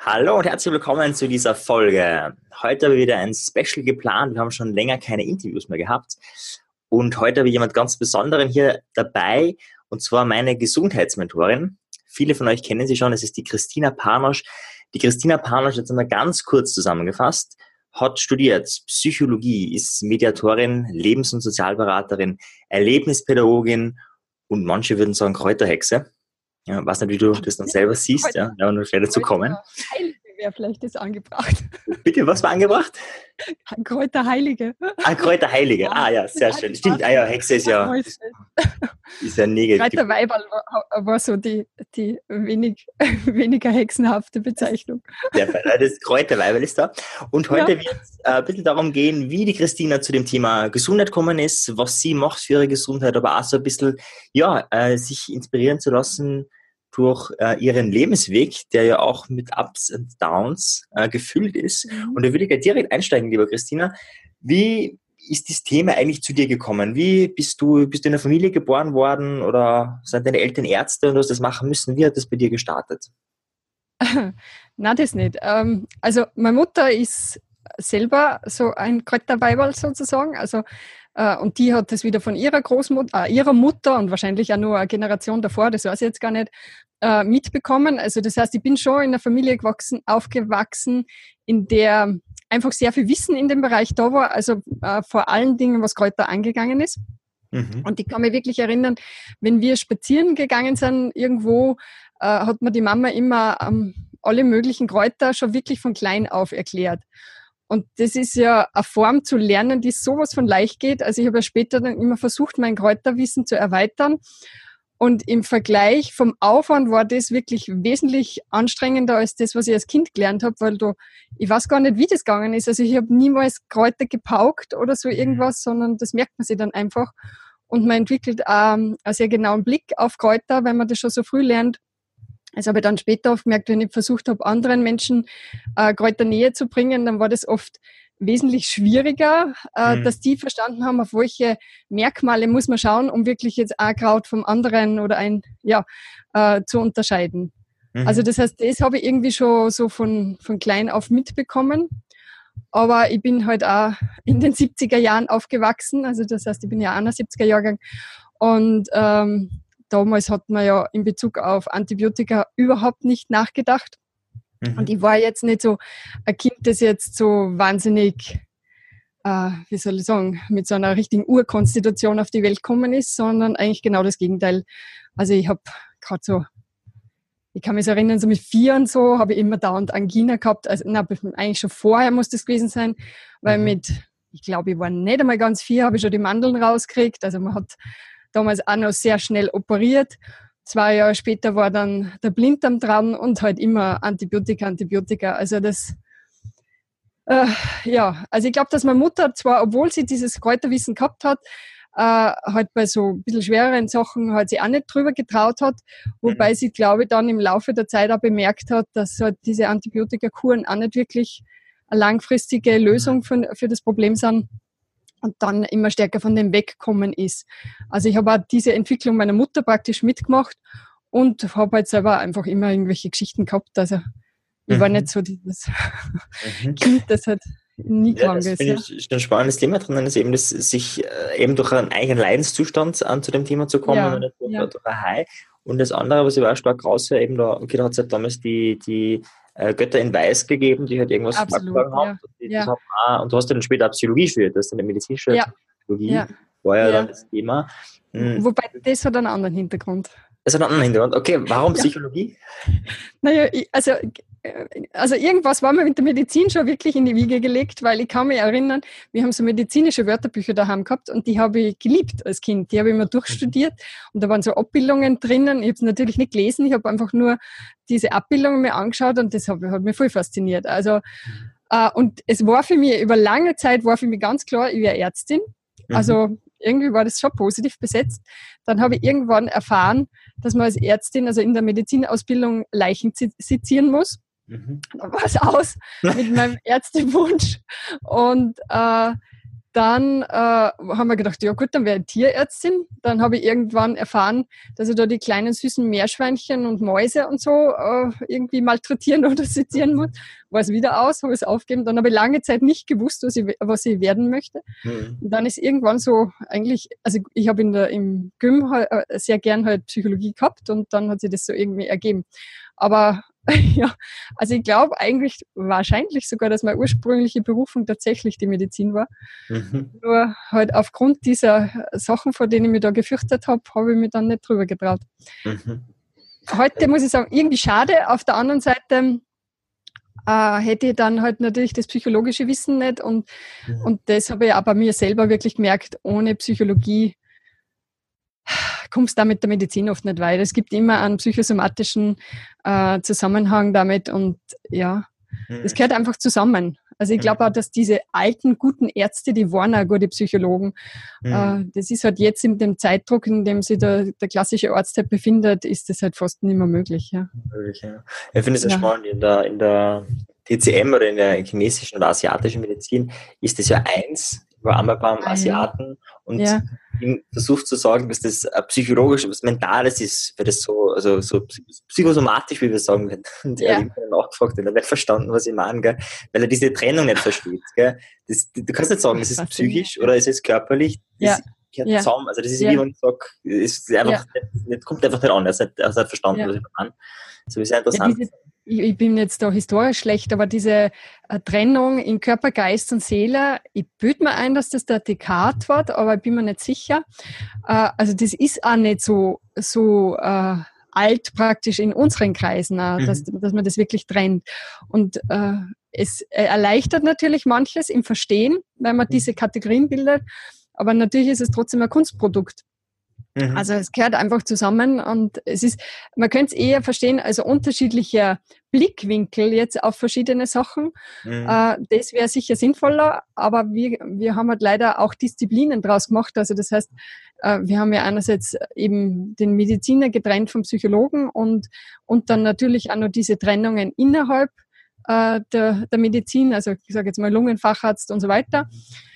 Hallo und herzlich willkommen zu dieser Folge. Heute habe ich wieder ein Special geplant. Wir haben schon länger keine Interviews mehr gehabt. Und heute habe ich jemand ganz Besonderen hier dabei, und zwar meine Gesundheitsmentorin. Viele von euch kennen sie schon, es ist die Christina Panosch. Die Christina Panosch, jetzt einmal ganz kurz zusammengefasst, hat studiert Psychologie, ist Mediatorin, Lebens- und Sozialberaterin, Erlebnispädagogin und manche würden sagen Kräuterhexe. Ja, weiß nicht, wie du das dann selber siehst, ja, aber nur schwer dazu kommen. Heilige wäre vielleicht das angebracht. Bitte, was war angebracht? Kräuterheilige. Kräuterheilige. Ja, sehr schön. Stimmt, Hexe ist ja negativ. Kräuterweiberl war so die weniger hexenhafte Bezeichnung. Sehr fein. Das Kräuterweiberl ist da. Und heute wird es ein bisschen darum gehen, wie die Christina zu dem Thema Gesundheit gekommen ist, was sie macht für ihre Gesundheit, aber auch so ein bisschen, sich inspirieren zu lassen durch ihren Lebensweg, der ja auch mit Ups und Downs gefüllt ist. Und da würde ich direkt einsteigen, lieber Christina. Wie ist das Thema eigentlich zu dir gekommen? Wie bist du in einer Familie geboren worden oder sind deine Eltern Ärzte und du hast das machen müssen? Wie hat das bei dir gestartet? Nein, das nicht. Also meine Mutter ist selber so ein Kräuterweiberl sozusagen. Also und die hat das wieder von ihrer Großmutter, ihrer Mutter und wahrscheinlich auch nur eine Generation davor, das weiß ich jetzt gar nicht, mitbekommen. Also das heißt, ich bin schon in einer Familie aufgewachsen, in der einfach sehr viel Wissen in dem Bereich da war, also vor allen Dingen, was Kräuter angegangen ist. Und ich kann mich wirklich erinnern, wenn wir spazieren gegangen sind irgendwo, hat mir die Mama immer alle möglichen Kräuter schon wirklich von klein auf erklärt. Und das ist ja eine Form zu lernen, die sowas von leicht geht. Also ich habe ja später dann immer versucht, mein Kräuterwissen zu erweitern. Und im Vergleich vom Aufwand war das wirklich wesentlich anstrengender als das, was ich als Kind gelernt habe, weil ich weiß gar nicht, wie das gegangen ist. Also ich habe niemals Kräuter gepaukt oder so irgendwas, sondern das merkt man sich dann einfach. Und man entwickelt einen sehr genauen Blick auf Kräuter, wenn man das schon so früh lernt. Also habe ich dann später oft gemerkt, wenn ich versucht habe, anderen Menschen Kräuter näher zu bringen, dann war das oft wesentlich schwieriger, dass die verstanden haben, auf welche Merkmale muss man schauen, um wirklich jetzt ein Kraut vom anderen oder zu unterscheiden. Also das heißt, das habe ich irgendwie schon so von klein auf mitbekommen. Aber ich bin halt auch in den 70er Jahren aufgewachsen. Also das heißt, ich bin ja 71er Jahrgang. Und damals hat man ja in Bezug auf Antibiotika überhaupt nicht nachgedacht. Und ich war jetzt nicht so ein Kind, das jetzt so wahnsinnig, wie soll ich sagen, mit so einer richtigen Urkonstitution auf die Welt gekommen ist, sondern eigentlich genau das Gegenteil. Also ich habe gerade so, ich kann mich so erinnern, so mit 4 und so habe ich immer dauernd Angina gehabt. Also eigentlich schon vorher muss das gewesen sein, weil ich glaube, ich war nicht einmal ganz 4, habe ich schon die Mandeln rausgekriegt. Also man hat damals auch noch sehr schnell operiert. 2 Jahre später war dann der Blinddarm dran und halt immer Antibiotika. Also also ich glaube, dass meine Mutter zwar, obwohl sie dieses Kräuterwissen gehabt hat, halt bei so ein bisschen schwereren Sachen halt sie auch nicht drüber getraut hat, wobei sie, glaube ich, dann im Laufe der Zeit auch bemerkt hat, dass halt diese Antibiotikakuren auch nicht wirklich eine langfristige Lösung für das Problem sind. Und dann immer stärker von dem wegkommen ist. Also ich habe auch diese Entwicklung meiner Mutter praktisch mitgemacht und habe halt selber einfach immer irgendwelche Geschichten gehabt. Also ich war nicht so dieses Kind, das halt nie krank ist. Das finde ich ein spannendes Thema drin, ist eben das, sich eben durch einen eigenen Leidenszustand zu dem Thema zu kommen, durch ein High. Und das andere, was ich auch stark raushöre, eben da hat es halt damals die Götter in Weiß gegeben, die halt irgendwas vorgeschlagen haben. Und du hast dann später Psychologie studiert, das ist dann medizinische Psychologie, war ja dann das Thema. Wobei, das hat einen anderen Hintergrund. Das hat einen anderen Hintergrund. Okay, warum Psychologie? Naja, also irgendwas war mir mit der Medizin schon wirklich in die Wiege gelegt, weil ich kann mich erinnern, wir haben so medizinische Wörterbücher daheim gehabt und die habe ich geliebt als Kind. Die habe ich immer durchstudiert und da waren so Abbildungen drinnen. Ich habe es natürlich nicht gelesen, ich habe einfach nur diese Abbildungen mir angeschaut und das hat mich voll fasziniert. Also und es war für mich, über lange Zeit war für mich ganz klar, ich wäre Ärztin. Also irgendwie war das schon positiv besetzt. Dann habe ich irgendwann erfahren, dass man als Ärztin, also in der Medizinausbildung, Leichen sezieren muss. Dann war es aus mit meinem Ärztewunsch. Und dann haben wir gedacht, ja gut, dann wäre ich Tierärztin. Dann habe ich irgendwann erfahren, dass ich da die kleinen süßen Meerschweinchen und Mäuse und so irgendwie malträtieren oder sezieren muss. War es wieder aus, habe es aufgegeben. Dann habe ich lange Zeit nicht gewusst, was ich werden möchte. Und dann ist irgendwann so eigentlich, also ich habe im Gym sehr gern halt Psychologie gehabt und dann hat sich das so irgendwie ergeben. Aber ja, also ich glaube eigentlich wahrscheinlich sogar, dass meine ursprüngliche Berufung tatsächlich die Medizin war. Nur halt aufgrund dieser Sachen, vor denen ich mich da gefürchtet habe, habe ich mich dann nicht drüber getraut. Heute muss ich sagen, irgendwie schade. Auf der anderen Seite hätte ich dann halt natürlich das psychologische Wissen nicht und das habe ich auch bei mir selber wirklich gemerkt, ohne Psychologie kommst du da mit der Medizin oft nicht weiter. Es gibt immer einen psychosomatischen Zusammenhang damit und ja, das gehört einfach zusammen. Also ich glaube auch, dass diese alten, guten Ärzte, die waren auch gute Psychologen. Das ist halt jetzt in dem Zeitdruck, in dem sich der klassische Arzt halt befindet, ist das halt fast nicht mehr möglich. Ja. Ich finde es ja spannend, in der TCM oder in der chinesischen oder asiatischen Medizin ist das ja eins, ich war einmal beim Asiaten und versucht zu sagen, dass das psychologisch, was Mentales ist, weil das so psychosomatisch, wie wir sagen. Und er hat ihn nachgefragt und er hat nicht verstanden, was ich meine, gell? Weil er diese Trennung nicht versteht. Gell? Du kannst nicht sagen, das ist psychisch oder ist es körperlich. Das gehört zusammen. Also das ist wie wenn ich sage, es ist einfach kommt einfach nicht an. Er hat verstanden, was ich meine. Das ist sehr interessant. Ich bin jetzt da historisch schlecht, aber diese Trennung in Körper, Geist und Seele, ich bilde mir ein, dass das der Descartes war, aber ich bin mir nicht sicher. Also das ist auch nicht so alt praktisch in unseren Kreisen, dass man das wirklich trennt. Und es erleichtert natürlich manches im Verstehen, weil man diese Kategorien bildet, aber natürlich ist es trotzdem ein Kunstprodukt. Also es gehört einfach zusammen und man könnte es eher verstehen, also unterschiedlicher Blickwinkel jetzt auf verschiedene Sachen. Das wäre sicher sinnvoller, aber wir haben halt leider auch Disziplinen draus gemacht. Also das heißt, wir haben ja einerseits eben den Mediziner getrennt vom Psychologen und dann natürlich auch noch diese Trennungen innerhalb der Medizin, also ich sage jetzt mal Lungenfacharzt und so weiter.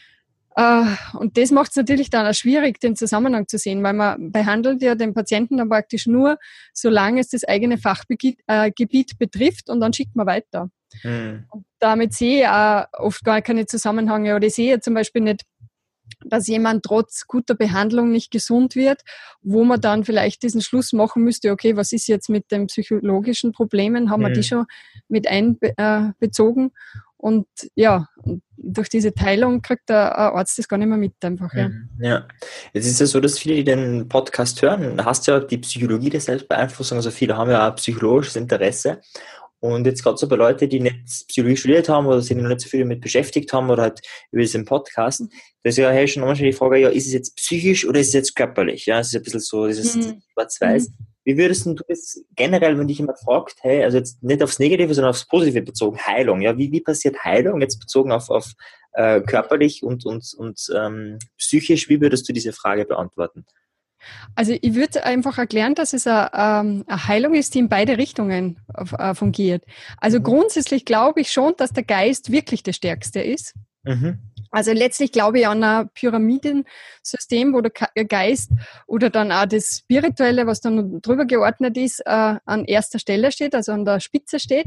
Und das macht es natürlich dann auch schwierig, den Zusammenhang zu sehen, weil man behandelt ja den Patienten dann praktisch nur, solange es das eigene Fachgebiet betrifft und dann schickt man weiter. Und damit sehe ich auch oft gar keine Zusammenhänge oder ich sehe zum Beispiel nicht, dass jemand trotz guter Behandlung nicht gesund wird, wo man dann vielleicht diesen Schluss machen müsste, okay, was ist jetzt mit den psychologischen Problemen, haben wir die schon mit einbezogen? Und ja, durch diese Teilung kriegt der Arzt das gar nicht mehr mit einfach. Ja, jetzt ist es so, dass viele, die den Podcast hören, da hast du ja die Psychologie der Selbstbeeinflussung, also viele haben ja auch psychologisches Interesse. Und jetzt gerade so bei Leuten, die nicht Psychologie studiert haben oder sich noch nicht so viel damit beschäftigt haben oder halt über diesen Podcast, da ist ja schon manchmal die Frage, ja, ist es jetzt psychisch oder ist es jetzt körperlich? Ja, es ist ein bisschen so dieses Schwarz-Weiß. Wie würdest du das generell, wenn dich jemand fragt, hey, also jetzt nicht aufs Negative, sondern aufs Positive bezogen, Heilung, ja, wie passiert Heilung jetzt bezogen auf körperlich und psychisch, wie würdest du diese Frage beantworten? Also ich würde einfach erklären, dass es eine Heilung ist, die in beide Richtungen fungiert. Also grundsätzlich glaube ich schon, dass der Geist wirklich der Stärkste ist. Also letztlich glaube ich an ein Pyramidensystem, wo der Geist oder dann auch das Spirituelle, was dann drüber geordnet ist, an erster Stelle steht, also an der Spitze steht.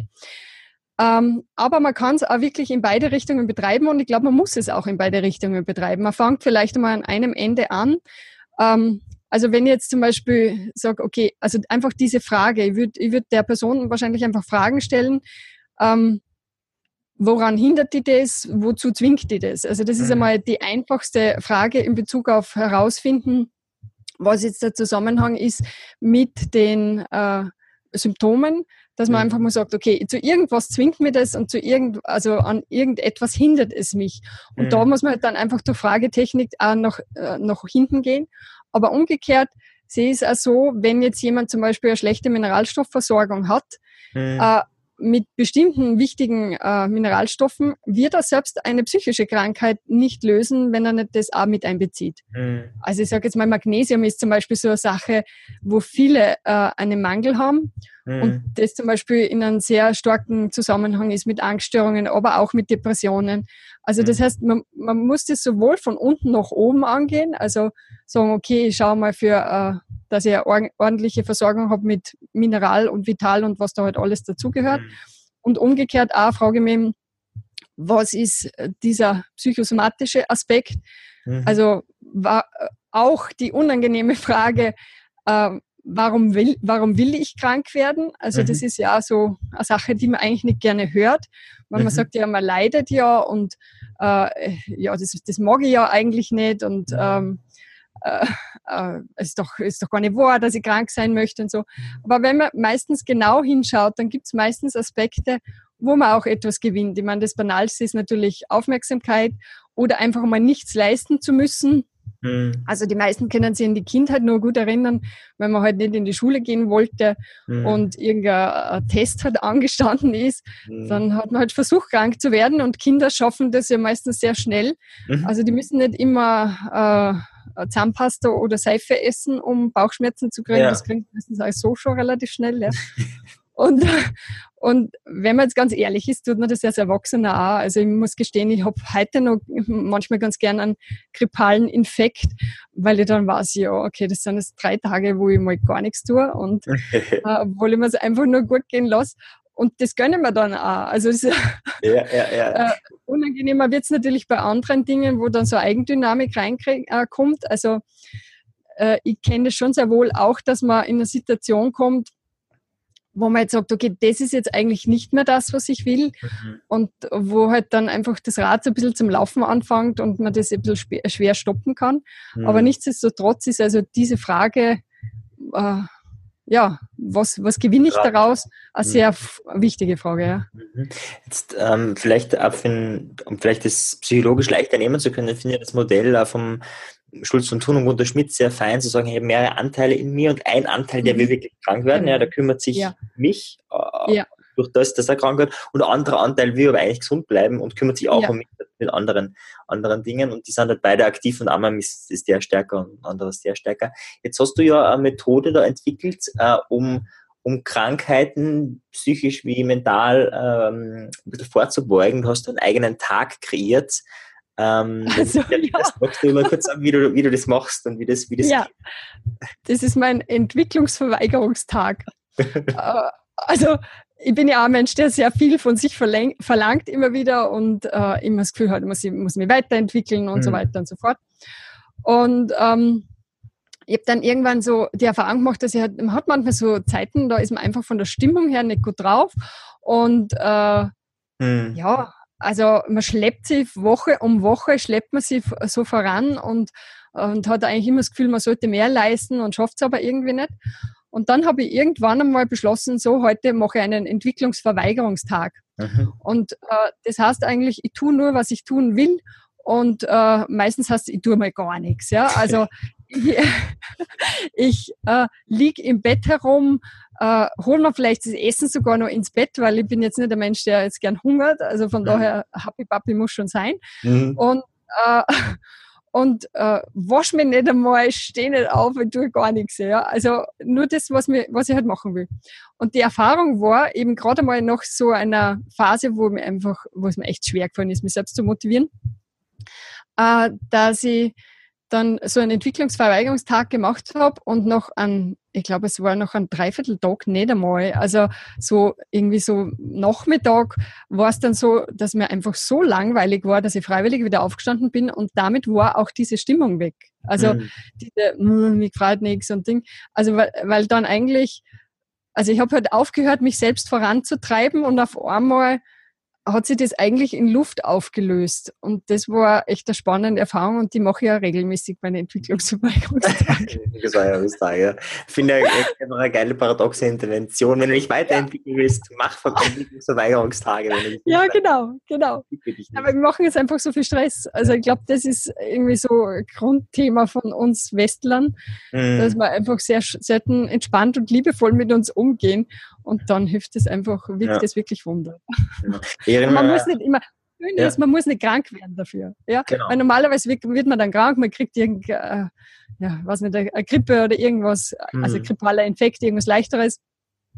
Aber man kann es auch wirklich in beide Richtungen betreiben und ich glaube, man muss es auch in beide Richtungen betreiben. Man fängt vielleicht einmal an einem Ende an. Also wenn ich jetzt zum Beispiel sage, okay, also einfach diese Frage, ich würd der Person wahrscheinlich einfach Fragen stellen, woran hindert die das, wozu zwingt die das? Also das ist einmal die einfachste Frage in Bezug auf herausfinden, was jetzt der Zusammenhang ist mit den Symptomen, dass man einfach mal sagt, okay, zu irgendwas zwingt mir das und also an irgendetwas hindert es mich. Und da muss man halt dann einfach durch Fragetechnik auch noch hinten gehen. Aber umgekehrt sehe ich es auch so, wenn jetzt jemand zum Beispiel eine schlechte Mineralstoffversorgung hat, mit bestimmten wichtigen Mineralstoffen, wird er selbst eine psychische Krankheit nicht lösen, wenn er nicht das auch mit einbezieht. Also ich sage jetzt mal, Magnesium ist zum Beispiel so eine Sache, wo viele einen Mangel haben Und das zum Beispiel in einem sehr starken Zusammenhang ist mit Angststörungen, aber auch mit Depressionen. Also das heißt, man muss das sowohl von unten nach oben angehen, also sagen, okay, ich schaue mal dass ich eine ordentliche Versorgung habe mit Mineral und Vital und was da halt alles dazugehört. Und umgekehrt auch frage ich mich, was ist dieser psychosomatische Aspekt? Also war auch die unangenehme Frage, warum will ich krank werden? Also das ist ja auch so eine Sache, die man eigentlich nicht gerne hört, weil man sagt ja, man leidet ja und ja, das mag ich ja eigentlich nicht und es ist doch gar nicht wahr, dass ich krank sein möchte und so. Aber wenn man meistens genau hinschaut, dann gibt es meistens Aspekte, wo man auch etwas gewinnt. Ich meine, das Banalste ist natürlich Aufmerksamkeit oder einfach mal nichts leisten zu müssen. Also die meisten können sich in die Kindheit nur gut erinnern, wenn man halt nicht in die Schule gehen wollte und irgendein Test halt angestanden ist, dann hat man halt versucht, krank zu werden und Kinder schaffen das ja meistens sehr schnell. Also die müssen nicht immer Zahnpasta oder Seife essen, um Bauchschmerzen zu kriegen. Ja. Das klingt meistens auch so schon relativ schnell. Ja. Und wenn man jetzt ganz ehrlich ist, tut man das als Erwachsener auch. Also ich muss gestehen, ich habe heute noch manchmal ganz gern einen grippalen Infekt, weil ich dann weiß, ja, okay, das sind jetzt 3 Tage, wo ich mal gar nichts tue und obwohl ich mir es einfach nur gut gehen lasse. Und das gönnen wir dann auch. Also es unangenehmer wird es natürlich bei anderen Dingen, wo dann so Eigendynamik reinkommt. Also ich kenne das schon sehr wohl auch, dass man in eine Situation kommt, wo man jetzt sagt, okay, das ist jetzt eigentlich nicht mehr das, was ich will und wo halt dann einfach das Rad so ein bisschen zum Laufen anfängt und man das ein bisschen schwer stoppen kann. Aber nichtsdestotrotz ist also diese Frage, ja, was gewinne ich daraus? Eine sehr wichtige Frage, ja. Jetzt vielleicht um vielleicht das psychologisch leichter nehmen zu können, finde ich das Modell vom Schulz von Thun und Gunter Schmidt sehr fein, zu sagen, ich habe mehrere Anteile in mir und ein Anteil, der will wirklich krank werden, ja, der kümmert sich mich durch das, dass er krank wird, und ein anderer Anteil will aber eigentlich gesund bleiben und kümmert sich auch um mich mit anderen Dingen, und die sind halt beide aktiv und einmal ist der stärker und anderer ist der stärker. Jetzt hast du ja eine Methode da entwickelt, um Krankheiten psychisch wie mental ein bisschen vorzubeugen. Du hast einen eigenen Tag kreiert. Das magst du mal kurz sagen, wie du das machst und wie das ja, das ist mein Entwicklungsverweigerungstag. Also ich bin ja auch ein Mensch, der sehr viel von sich verlangt immer wieder und immer das Gefühl hat, ich muss mich weiterentwickeln und so weiter und so fort. Und ich habe dann irgendwann so die Erfahrung gemacht, dass man hat manchmal so Zeiten, da ist man einfach von der Stimmung her nicht gut drauf und ja, also man schleppt sich Woche um Woche, schleppt man sich so voran und hat eigentlich immer das Gefühl, man sollte mehr leisten und schafft es aber irgendwie nicht. Und dann habe ich irgendwann einmal beschlossen, so heute mache ich einen Entwicklungsverweigerungstag. Und das heißt eigentlich, ich tue nur, was ich tun will, und meistens heißt es, ich tue mal gar nichts. Ja? Also ich liege im Bett herum, hole mir vielleicht das Essen sogar noch ins Bett, weil ich bin jetzt nicht der Mensch, der jetzt gern hungert. Also von daher, Happy Papi muss schon sein. Und wasch mich nicht einmal, stehe nicht auf und tue gar nichts. Ja? Also nur das, was ich halt machen will. Und die Erfahrung war eben gerade einmal nach so einer Phase, wo es mir echt schwer gefallen ist, mich selbst zu motivieren, dass ich dann so einen Entwicklungsverweigerungstag gemacht habe und ich glaube, es war noch ein Dreivierteltag, nicht einmal. Also so irgendwie so Nachmittag war es dann so, dass mir einfach so langweilig war, dass ich freiwillig wieder aufgestanden bin, und damit war auch diese Stimmung weg. Also mich freut nichts und Ding. Also weil dann eigentlich, also ich habe halt aufgehört, mich selbst voranzutreiben, und auf einmal hat sich das eigentlich in Luft aufgelöst. Und das war echt eine spannende Erfahrung, und die mache ich ja regelmäßig bei den Entwicklungsverweigerungstagen. Ja. Ich finde eine geile paradoxe Intervention. Wenn du dich weiterentwickeln willst, mach Entwicklungsverweigerungstage. Ja, genau. Aber wir machen jetzt einfach so viel Stress. Also ich glaube, das ist irgendwie so ein Grundthema von uns Westlern, dass wir einfach sehr selten entspannt und liebevoll mit uns umgehen. Und dann hilft es einfach, wirkt es wirklich Wunder. Ja. Man muss nicht immer, man muss nicht krank werden dafür. Ja? Genau. Weil normalerweise wird man dann krank, man kriegt eine Grippe oder irgendwas, also grippaler Infekt, irgendwas Leichteres.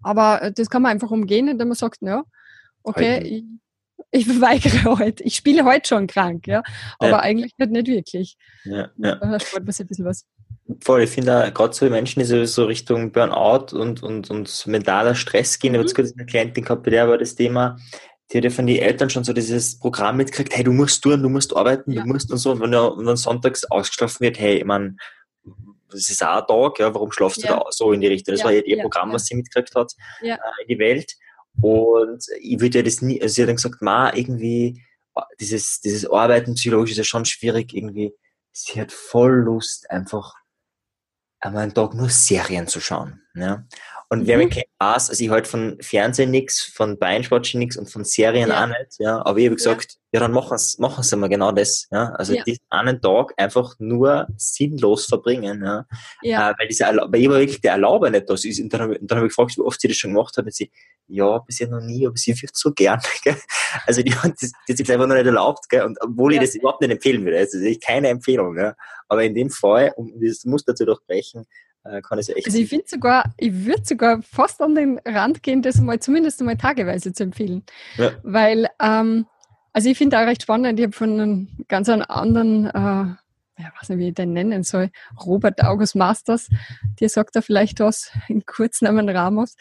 Aber das kann man einfach umgehen, indem man sagt, ja, okay, ich verweigere heute. Ich spiele heute schon krank, ja. Aber eigentlich nicht wirklich. Ja. Da spart man sich ein bisschen was. Voll, ich finde gerade so die Menschen, die so Richtung Burnout und mentaler Stress gehen. Ich habe jetzt gerade eine Klientin gehabt, bei der war das Thema, die hat ja von den Eltern schon so dieses Programm mitgekriegt, hey, du musst tun, du musst arbeiten, du musst und so. Und wenn dann sonntags ausgeschlafen wird, hey, ich meine, das ist auch ein Tag, ja, warum schlafst du da so in die Richtung? Das war ihr Programm, was sie mitgekriegt hat in die Welt. Und ich würde ja das nie, also sie hat dann gesagt, irgendwie, dieses Arbeiten psychologisch ist ja schon schwierig irgendwie. Sie hat voll Lust, einfach einmal einen Tag nur Serien zu schauen. Ja? Und wer mich kennt, weiß, also ich halte von Fernsehen nichts, von Binge-Watching nichts und von Serien auch nicht. Ja? Aber ich habe gesagt, dann machen sie mal genau das. Ja? Also diesen einen Tag einfach nur sinnlos verbringen. Ja? Weil ich war wirklich der Erlauber nicht das ist. Und dann habe ich gefragt, wie oft sie das schon gemacht hat. Und sie, ja, bisher noch nie, aber sie wird so gern. Gell? Also die hat sich einfach noch nicht erlaubt. Gell? Und obwohl ich das überhaupt nicht empfehlen würde. Also das ist keine Empfehlung. Ja? Aber in dem Fall, um dieses Muster zu durchbrechen, kann es ja echt. Also ich würde sogar fast an den Rand gehen, das zumindest einmal tageweise zu empfehlen. Ja. Weil, also ich finde auch recht spannend, ich habe von einem ganz anderen, ich weiß nicht, wie ich den nennen soll, Robert August Masters, der sagt da vielleicht was, in Kurznamen Ramos.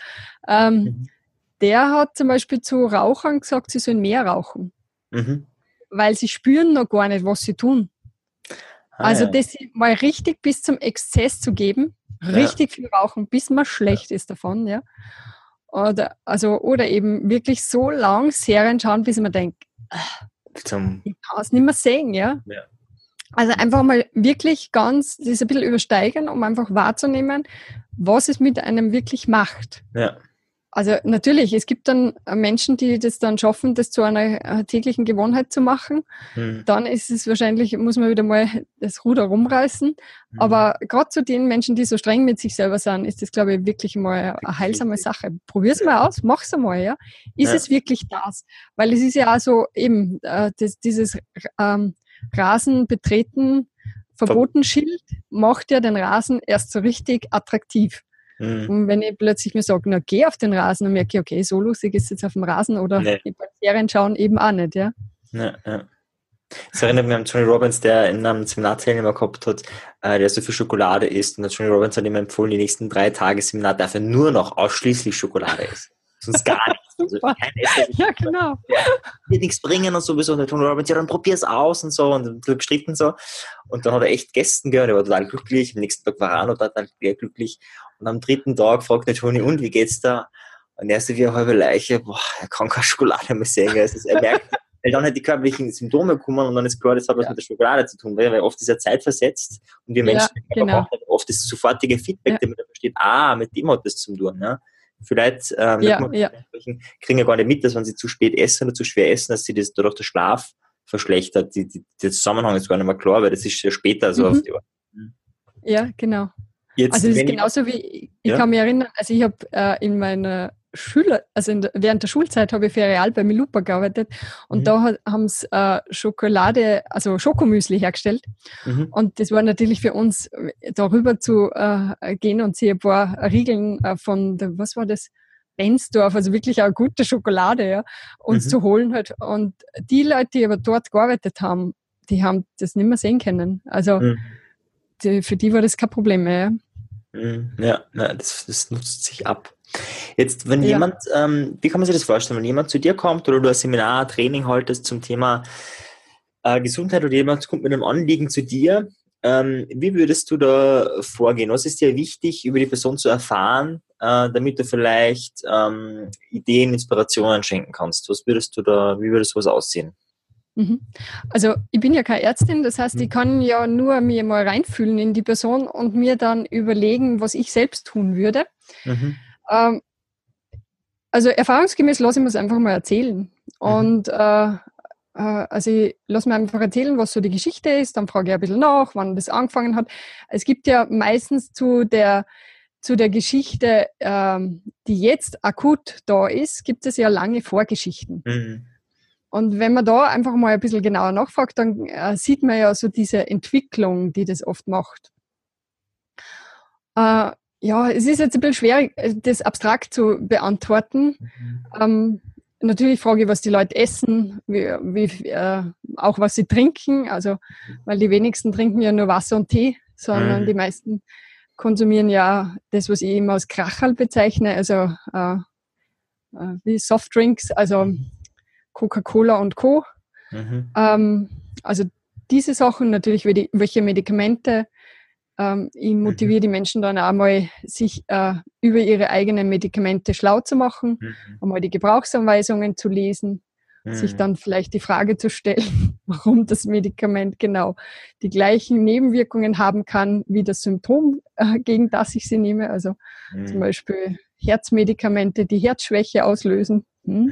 Der hat zum Beispiel zu Rauchern gesagt, sie sollen mehr rauchen. Weil sie spüren noch gar nicht, was sie tun. Also das mal richtig bis zum Exzess zu geben, richtig viel rauchen, bis man schlecht ist davon, ja. Oder eben wirklich so lang Serien schauen, bis man denkt, ich kann es nicht mehr sehen, ja. Also einfach mal wirklich das ein bisschen übersteigen, um einfach wahrzunehmen, was es mit einem wirklich macht. Ja. Also natürlich, es gibt dann Menschen, die das dann schaffen, das zu einer täglichen Gewohnheit zu machen. Dann ist es wahrscheinlich, muss man wieder mal das Ruder rumreißen. Aber gerade zu den Menschen, die so streng mit sich selber sind, ist das, glaube ich, wirklich mal eine heilsame Sache. Probier's mal aus, mach's einmal, ja. Ist es wirklich das? Weil es ist ja auch so eben dieses Rasen betreten, Verbotenschild macht ja den Rasen erst so richtig attraktiv. Und wenn ich plötzlich mir sage, na, geh auf den Rasen, dann merke ich, okay, so lustig ist es jetzt auf dem Rasen oder bei Serien schauen eben auch nicht, ja. Das erinnert mich an Tony Robbins, der in einem Seminarteilnehmer gehabt hat, der so viel Schokolade isst. Und der Tony Robbins hat ihm empfohlen, die nächsten 3 Tage Seminar darf er nur noch ausschließlich Schokolade essen. Sonst gar nichts. Also kein Essen. Ja, genau. Wird nichts bringen und sowieso. Und der Tony Robbins, ja, dann probier's aus und so. Und ein bisschen gestritten so. Und dann hat er echt Gästen gehört, er war total glücklich. Am nächsten Tag war er auch noch total glücklich. Und am 3. Tag fragt der Tony, und wie geht's da? Und er ist wie eine halbe Leiche, er kann keine Schokolade mehr sehen. Also er merkt, weil dann halt die körperlichen Symptome kommen und dann ist klar, das hat was mit der Schokolade zu tun, weil oft ist er zeitversetzt und wir Menschen brauchen oft das sofortige Feedback, damit er versteht, mit dem hat das zu tun. Ne? Vielleicht kriegen ja gar nicht mit, dass wenn sie zu spät essen oder zu schwer essen, dass sie das dadurch der Schlaf verschlechtert. Der Zusammenhang ist gar nicht mehr klar, weil das ist ja später so auf die Art. Ja, genau. Jetzt, also das ist genauso wie, ich kann mich erinnern, also ich habe in meiner während der Schulzeit habe ich für Real bei Milupa gearbeitet und da haben sie Schokolade, also Schokomüsli hergestellt und das war natürlich für uns, darüber zu gehen und sie ein paar Riegeln von, was war das, Bensdorf, also wirklich auch gute Schokolade, uns zu holen halt. Und die Leute, die aber dort gearbeitet haben, die haben das nicht mehr sehen können. Also für die war das kein Problem mehr. Ja, das nutzt sich ab. Jetzt, wenn jemand, wie kann man sich das vorstellen, wenn jemand zu dir kommt oder du ein Seminar, Training haltest zum Thema Gesundheit oder jemand kommt mit einem Anliegen zu dir, wie würdest du da vorgehen? Was ist dir wichtig, über die Person zu erfahren, damit du vielleicht Ideen, Inspirationen schenken kannst? Wie würde sowas aussehen? Also ich bin ja keine Ärztin, das heißt, ich kann ja nur mir mal reinfühlen in die Person und mir dann überlegen, was ich selbst tun würde. Also erfahrungsgemäß lasse ich mir es einfach mal erzählen. Und also ich lasse mir einfach erzählen, was so die Geschichte ist, dann frage ich ein bisschen nach, wann das angefangen hat. Es gibt ja meistens zu der Geschichte, die jetzt akut da ist, gibt es ja lange Vorgeschichten. Und wenn man da einfach mal ein bisschen genauer nachfragt, dann sieht man ja so diese Entwicklung, die das oft macht. Ja, es ist jetzt ein bisschen schwierig, das abstrakt zu beantworten. Natürlich frage ich, was die Leute essen, auch was sie trinken. Also, weil die wenigsten trinken ja nur Wasser und Tee, sondern die meisten konsumieren ja das, was ich immer als Kracherl bezeichne, also wie Softdrinks, also Coca-Cola und Co. Also diese Sachen, natürlich welche Medikamente. Ich motiviere die Menschen dann auch mal, sich über ihre eigenen Medikamente schlau zu machen, einmal die Gebrauchsanweisungen zu lesen, sich dann vielleicht die Frage zu stellen, warum das Medikament genau die gleichen Nebenwirkungen haben kann, wie das Symptom, gegen das ich sie nehme. Also zum Beispiel Herzmedikamente, die Herzschwäche auslösen.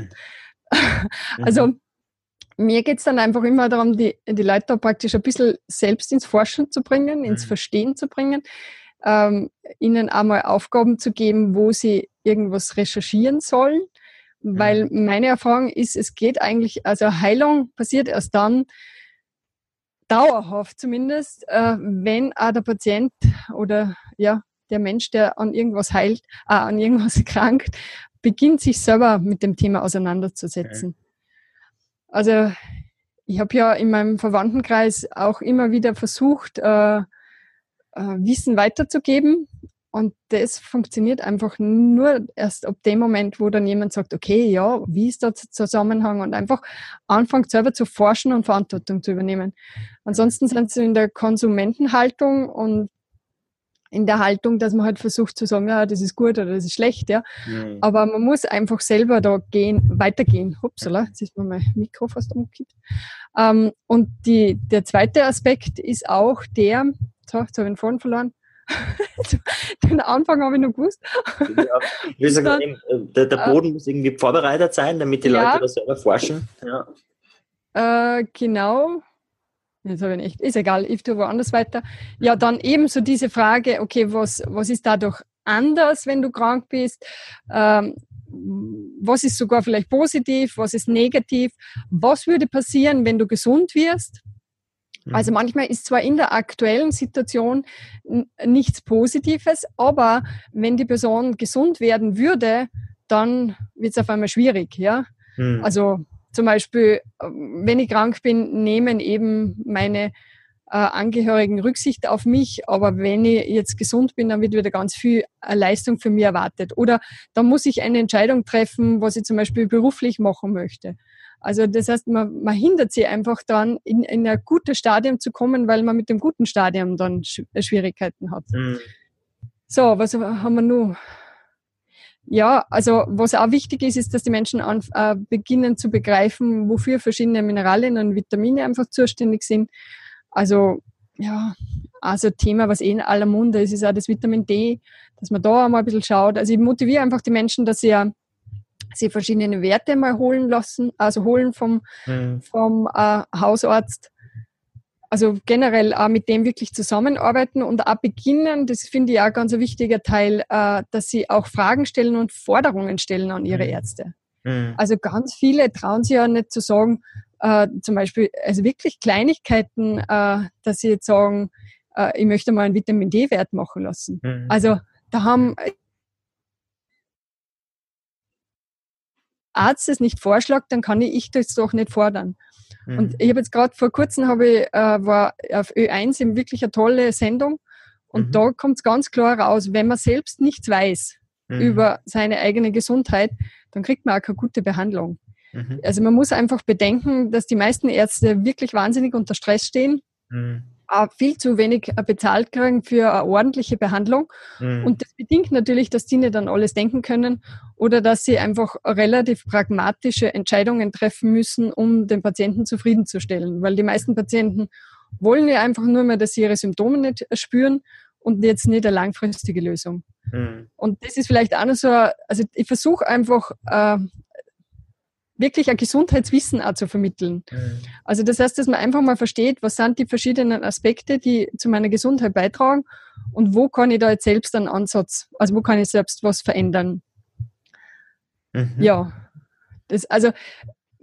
Also mir geht es dann einfach immer darum, die Leute da praktisch ein bisschen selbst ins Forschen zu bringen, ins Verstehen zu bringen, ihnen einmal Aufgaben zu geben, wo sie irgendwas recherchieren sollen, weil meine Erfahrung ist, es geht eigentlich, also Heilung passiert erst dann, dauerhaft zumindest, wenn auch der Patient oder ja, der Mensch, der an irgendwas heilt, an irgendwas krankt, beginnt sich selber mit dem Thema auseinanderzusetzen. Also ich habe ja in meinem Verwandtenkreis auch immer wieder versucht, Wissen weiterzugeben. Und das funktioniert einfach nur erst ab dem Moment, wo dann jemand sagt, okay, ja, wie ist der Zusammenhang? Und einfach anfängt selber zu forschen und Verantwortung zu übernehmen. Ansonsten sind sie in der Konsumentenhaltung und in der Haltung, dass man halt versucht zu sagen, ja, das ist gut oder das ist schlecht, ja. Aber man muss einfach selber da weitergehen. Hupsala, jetzt ist mir mein Mikro fast umgekippt. Und der zweite Aspekt ist auch der, so, jetzt habe ich den Faden verloren. Den Anfang habe ich noch gewusst. Ja, ich will sagen, der Boden muss irgendwie vorbereitet sein, damit die Leute das selber forschen. Ja. Genau. Jetzt habe ich nicht. Ist egal, ich tue woanders weiter. Ja, dann eben so diese Frage, okay, was ist dadurch anders, wenn du krank bist? Was ist sogar vielleicht positiv? Was ist negativ? Was würde passieren, wenn du gesund wirst? Also manchmal ist zwar in der aktuellen Situation nichts Positives, aber wenn die Person gesund werden würde, dann wird es auf einmal schwierig, ja. Also zum Beispiel, wenn ich krank bin, nehmen eben meine Angehörigen Rücksicht auf mich, aber wenn ich jetzt gesund bin, dann wird wieder ganz viel Leistung für mich erwartet. Oder dann muss ich eine Entscheidung treffen, was ich zum Beispiel beruflich machen möchte. Also das heißt, man hindert sie einfach daran, in ein gutes Stadium zu kommen, weil man mit dem guten Stadium dann Schwierigkeiten hat. So, was haben wir noch? Ja, also was auch wichtig ist, ist, dass die Menschen beginnen zu begreifen, wofür verschiedene Mineralien und Vitamine einfach zuständig sind. Also ja, also Thema, was in aller Munde ist, ist auch das Vitamin D, dass man da mal ein bisschen schaut. Also ich motiviere einfach die Menschen, dass sie verschiedene Werte mal holen vom Hausarzt. Also generell auch mit dem wirklich zusammenarbeiten und auch beginnen, das finde ich auch ganz ein wichtiger Teil, dass sie auch Fragen stellen und Forderungen stellen an ihre Ärzte. Also ganz viele trauen sich ja nicht zu sagen, zum Beispiel, also wirklich Kleinigkeiten, dass sie jetzt sagen, ich möchte mal einen Vitamin D-Wert machen lassen. Also da haben Arzt es nicht vorschlägt, dann kann ich das doch nicht fordern. Und ich habe jetzt gerade vor kurzem war auf Ö1 eben wirklich eine tolle Sendung und da kommt es ganz klar raus, wenn man selbst nichts weiß über seine eigene Gesundheit, dann kriegt man auch keine gute Behandlung. Also man muss einfach bedenken, dass die meisten Ärzte wirklich wahnsinnig unter Stress stehen, viel zu wenig bezahlt kriegen für eine ordentliche Behandlung. Und das bedingt natürlich, dass die nicht an alles denken können oder dass sie einfach relativ pragmatische Entscheidungen treffen müssen, um den Patienten zufriedenzustellen. Weil die meisten Patienten wollen ja einfach nur mehr, dass sie ihre Symptome nicht spüren und jetzt nicht eine langfristige Lösung. Und das ist vielleicht auch noch so, also ich versuche einfach wirklich ein Gesundheitswissen auch zu vermitteln. Also das heißt, dass man einfach mal versteht, was sind die verschiedenen Aspekte, die zu meiner Gesundheit beitragen und wo kann ich da jetzt selbst einen Ansatz, also wo kann ich selbst was verändern. Ja, also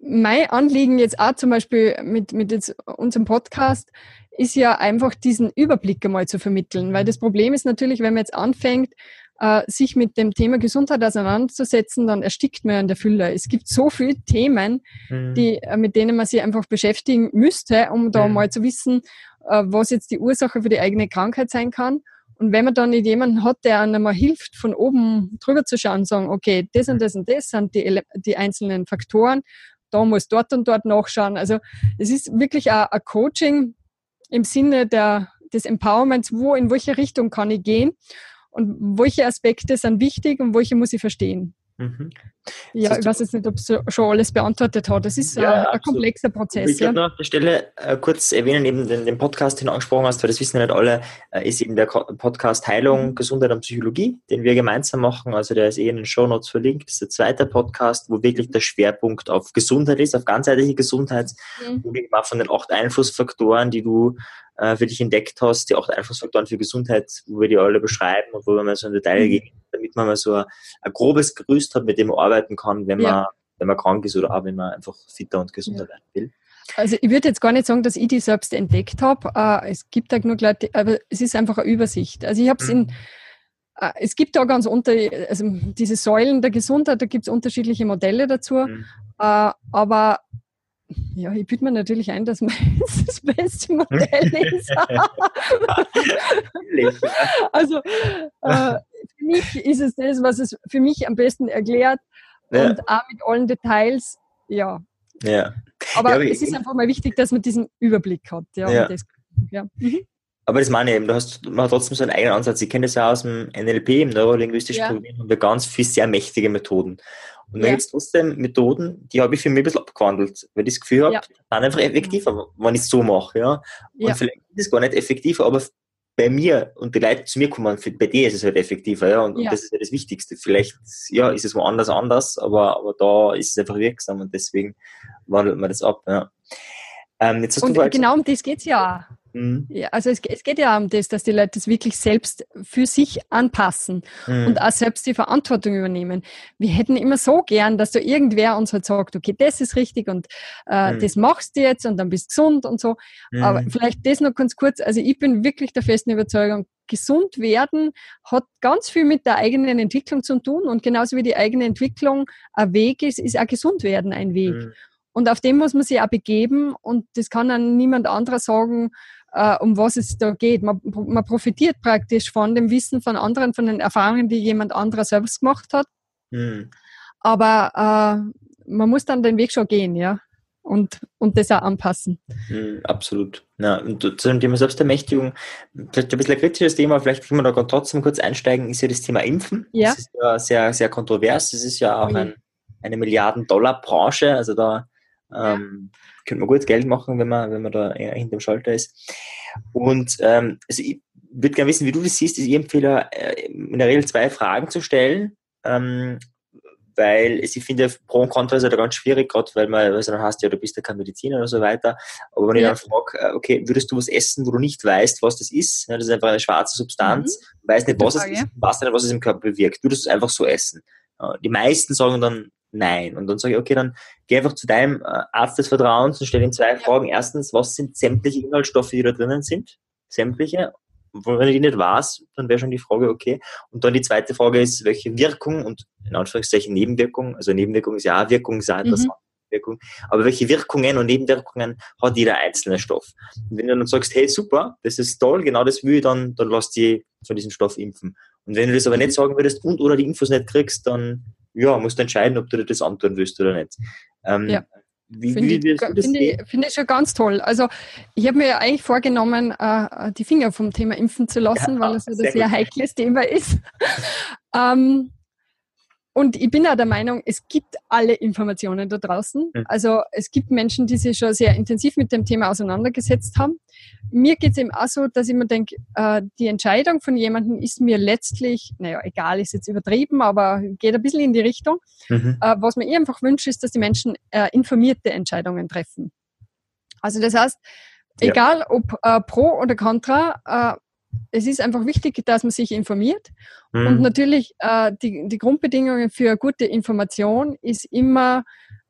mein Anliegen jetzt auch zum Beispiel mit jetzt unserem Podcast ist ja einfach diesen Überblick einmal zu vermitteln, weil das Problem ist natürlich, wenn man jetzt anfängt, sich mit dem Thema Gesundheit auseinanderzusetzen, dann erstickt man ja in der Fülle. Es gibt so viele Themen, mit denen man sich einfach beschäftigen müsste, um da mal zu wissen, was jetzt die Ursache für die eigene Krankheit sein kann. Und wenn man dann nicht jemanden hat, der einem mal hilft, von oben drüber zu schauen und sagen, okay, das und das und das sind die einzelnen Faktoren, da muss dort und dort nachschauen. Also es ist wirklich ein Coaching im Sinne des Empowerments, in welche Richtung kann ich gehen und welche Aspekte sind wichtig und welche muss ich verstehen. Mhm. Ja, ich weiß jetzt nicht, ob es schon alles beantwortet hat. Das ist ein komplexer Prozess. Ich würde noch an der Stelle kurz erwähnen, eben den Podcast, den du angesprochen hast, weil das wissen ja nicht alle, ist eben der Podcast Heilung, Gesundheit und Psychologie, den wir gemeinsam machen. Also der ist in den Shownotes verlinkt. Das ist der zweite Podcast, wo wirklich der Schwerpunkt auf Gesundheit ist, auf ganzheitliche Gesundheit, wo wir mal von den 8 Einflussfaktoren, die du für dich entdeckt hast, die 8 Einflussfaktoren für Gesundheit, wo wir die alle beschreiben und wo wir mal so in Detail gehen, damit man mal so ein grobes Gerüst hat, mit dem man arbeiten kann, wenn man krank ist oder auch wenn man einfach fitter und gesünder werden will. Also ich würde jetzt gar nicht sagen, dass ich die selbst entdeckt habe. Es gibt da genug Leute, aber es ist einfach eine Übersicht. Also ich habe es es gibt da also diese Säulen der Gesundheit, da gibt es unterschiedliche Modelle dazu. Aber ja, ich biete mir natürlich ein, dass meins das beste Modell ist. Also für mich ist es das, was es für mich am besten erklärt und auch mit allen Details, ja. Aber es ist einfach mal wichtig, dass man diesen Überblick hat. Aber das meine ich eben, man hat trotzdem so einen eigenen Ansatz. Ich kenne das ja aus dem NLP, im neurolinguistischen Programm, haben wir ganz viele sehr mächtige Methoden. Und dann gibt es trotzdem Methoden, die habe ich für mich ein bisschen abgewandelt, weil ich das Gefühl habe, die sind einfach effektiver, wenn ich es so mache. Ja? Und vielleicht ist es gar nicht effektiver, aber bei mir und die Leute zu mir kommen, bei dir ist es halt effektiver, ja, und das ist ja das Wichtigste. Vielleicht, ist es woanders anders, aber da ist es einfach wirksam und deswegen wandelt man das ab, ja. Jetzt hast und genau um das geht es ja auch. Ja, also es geht ja um das, dass die Leute es wirklich selbst für sich anpassen und auch selbst die Verantwortung übernehmen. Wir hätten immer so gern, dass da irgendwer uns halt sagt, okay, das ist richtig und das machst du jetzt und dann bist du gesund und so. Aber vielleicht das noch ganz kurz. Also ich bin wirklich der festen Überzeugung, gesund werden hat ganz viel mit der eigenen Entwicklung zu tun und genauso wie die eigene Entwicklung ein Weg ist auch gesund werden ein Weg. Und auf dem muss man sich auch begeben und das kann dann niemand anderer sagen, um was es da geht. Man profitiert praktisch von dem Wissen von anderen, von den Erfahrungen, die jemand anderer selbst gemacht hat. Aber man muss dann den Weg schon gehen, ja. Und das auch anpassen. Absolut. Ja, und zu dem Thema Selbstermächtigung, vielleicht ein bisschen ein kritisches Thema, vielleicht können wir da trotzdem kurz einsteigen, ist ja das Thema Impfen. Ja. Das ist ja sehr, sehr kontrovers. Das ist ja auch eine Milliarden-Dollar-Branche. Also da könnte man gut Geld machen, wenn man da hinter dem Schalter ist. Und also ich würde gerne wissen, wie du das siehst. Ich empfehle in der Regel 2 Fragen zu stellen, weil ich finde, Pro und Contra ist ja da ganz schwierig, gerade weil man dann heißt, ja, du bist ja kein Mediziner oder so weiter. Aber wenn ich dann frage, okay, würdest du was essen, wo du nicht weißt, was das ist? Ja, das ist einfach eine schwarze Substanz, weißt nicht, was es ist, weißt nicht, was es im Körper bewirkt. Würdest du es einfach so essen? Die meisten sagen dann nein. Und dann sage ich, okay, dann geh einfach zu deinem Arzt des Vertrauens und stell ihm 2 Fragen. Erstens, was sind sämtliche Inhaltsstoffe, die da drinnen sind? Sämtliche. Und wenn ich die nicht weiß, dann wäre schon die Frage, okay. Und dann die zweite Frage ist, welche Wirkung und in Anführungszeichen Nebenwirkung, also Nebenwirkung ist ja auch Wirkung, ist auch etwas Wirkung, aber welche Wirkungen und Nebenwirkungen hat jeder einzelne Stoff? Und wenn du dann sagst, hey, super, das ist toll, genau das will ich, dann lass die von diesem Stoff impfen. Und wenn du das aber nicht sagen würdest oder die Infos nicht kriegst, dann musst du entscheiden, ob du dir das antun willst oder nicht. Finde ich schon ganz toll. Also ich habe mir ja eigentlich vorgenommen, die Finger vom Thema Impfen zu lassen, weil es ein sehr heikles Thema ist. Und ich bin auch der Meinung, es gibt alle Informationen da draußen. Also es gibt Menschen, die sich schon sehr intensiv mit dem Thema auseinandergesetzt haben. Mir geht es eben auch so, dass ich mir denke, die Entscheidung von jemandem ist mir letztlich, egal, ist jetzt übertrieben, aber geht ein bisschen in die Richtung. Was mir einfach wünsche, ist, dass die Menschen informierte Entscheidungen treffen. Also das heißt, egal ob pro oder contra, es ist einfach wichtig, dass man sich informiert. Und natürlich die Grundbedingungen für gute Information ist immer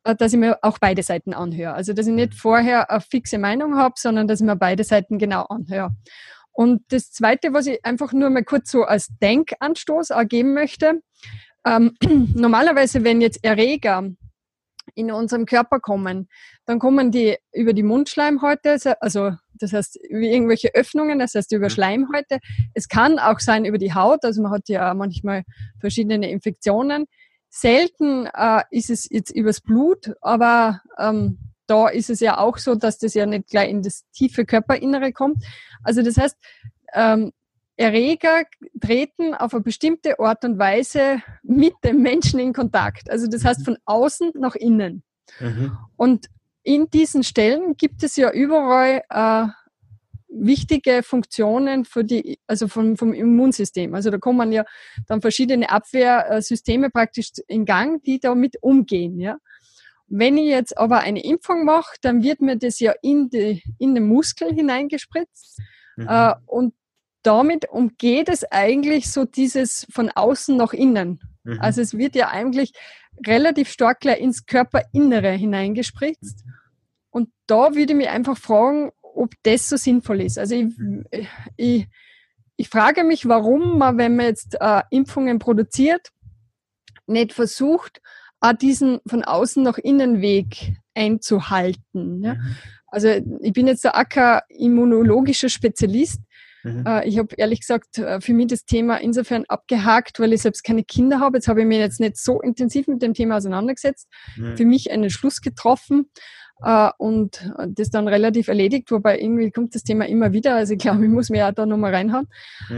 dass ich mir auch beide Seiten anhöre. Also, dass ich nicht vorher eine fixe Meinung habe, sondern dass ich mir beide Seiten genau anhöre. Und das Zweite, was ich einfach nur mal kurz so als Denkanstoß auch geben möchte, normalerweise, wenn jetzt Erreger in unserem Körper kommen, dann kommen die über die Mundschleimhäute, also das heißt über irgendwelche Öffnungen, das heißt über Schleimhäute. Es kann auch sein über die Haut, also man hat ja manchmal verschiedene Infektionen. Selten ist es jetzt übers Blut, aber da ist es ja auch so, dass das ja nicht gleich in das tiefe Körperinnere kommt. Also das heißt, Erreger treten auf eine bestimmte Art und Weise mit dem Menschen in Kontakt. Also das heißt von außen nach innen. Und in diesen Stellen gibt es ja überall wichtige Funktionen für also vom Immunsystem. Also da kommen ja dann verschiedene Abwehrsysteme praktisch in Gang, die damit umgehen. Ja. Wenn ich jetzt aber eine Impfung mache, dann wird mir das ja in den Muskel hineingespritzt und damit umgeht es eigentlich so dieses von außen nach innen. Also es wird ja eigentlich relativ stark gleich ins Körperinnere hineingespritzt. Und da würde ich mich einfach fragen, ob das so sinnvoll ist. Also ich frage mich, warum man, wenn man jetzt Impfungen produziert, nicht versucht, auch diesen von außen nach innen Weg einzuhalten. Ja? Also ich bin jetzt auch kein immunologischer Spezialist. Ich habe ehrlich gesagt für mich das Thema insofern abgehakt, weil ich selbst keine Kinder habe. Jetzt habe ich mich jetzt nicht so intensiv mit dem Thema auseinandergesetzt. Für mich einen Schluss getroffen und das dann relativ erledigt, wobei irgendwie kommt das Thema immer wieder. Also ich glaube, ich muss mir ja da nochmal reinhauen.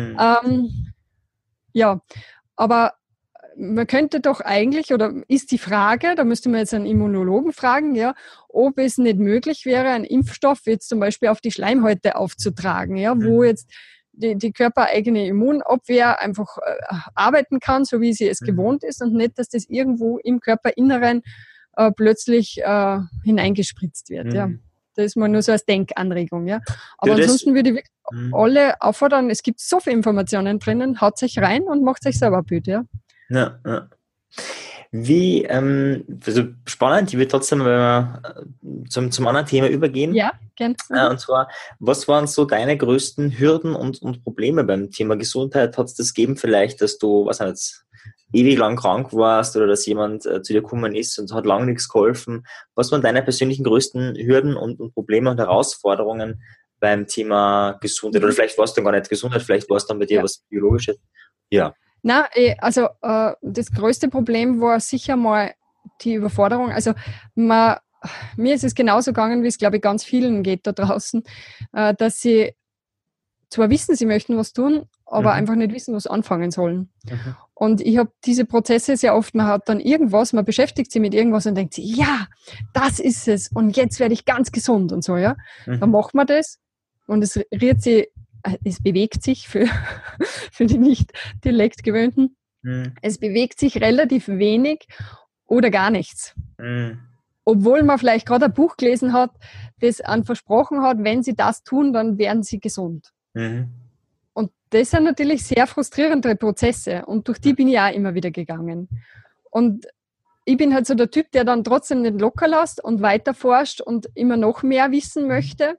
Ja, aber man könnte doch eigentlich, oder ist die Frage, da müsste man jetzt einen Immunologen fragen, ja, ob es nicht möglich wäre, einen Impfstoff jetzt zum Beispiel auf die Schleimhäute aufzutragen, ja, wo jetzt die körpereigene Immunabwehr einfach arbeiten kann, so wie sie es gewohnt ist und nicht, dass das irgendwo im Körperinneren plötzlich hineingespritzt wird, ja. Das ist mal nur so als Denkanregung, ja. Aber ansonsten würde ich wirklich alle auffordern, es gibt so viele Informationen drinnen, haut sich rein und macht sich selber ein Bild, ja. Ja. Wie, also spannend, ich will trotzdem zum anderen Thema übergehen. Ja, gerne. Und zwar, was waren so deine größten Hürden und Probleme beim Thema Gesundheit? Hat es das gegeben vielleicht, dass du, was jetzt ewig lang krank warst oder dass jemand zu dir gekommen ist und hat lange nichts geholfen? Was waren deine persönlichen größten Hürden und Probleme und Herausforderungen beim Thema Gesundheit? Oder vielleicht war es dann gar nicht Gesundheit, vielleicht war es dann bei dir was Biologisches? Ja. Na, also das größte Problem war sicher mal die Überforderung. Also mir ist es genauso gegangen, wie es, glaube ich, ganz vielen geht da draußen, dass sie zwar wissen, sie möchten was tun, aber einfach nicht wissen, was anfangen sollen. Und ich habe diese Prozesse sehr oft, man hat dann irgendwas, man beschäftigt sich mit irgendwas und denkt sich, ja, das ist es und jetzt werde ich ganz gesund und so, ja. Dann macht man das und es bewegt sich für die nicht Dialektgewöhnten. Es bewegt sich relativ wenig oder gar nichts. Obwohl man vielleicht gerade ein Buch gelesen hat, das einen versprochen hat, wenn sie das tun, dann werden sie gesund. Und das sind natürlich sehr frustrierende Prozesse und durch die bin ich auch immer wieder gegangen. Und ich bin halt so der Typ, der dann trotzdem nicht locker lässt und weiter forscht und immer noch mehr wissen möchte.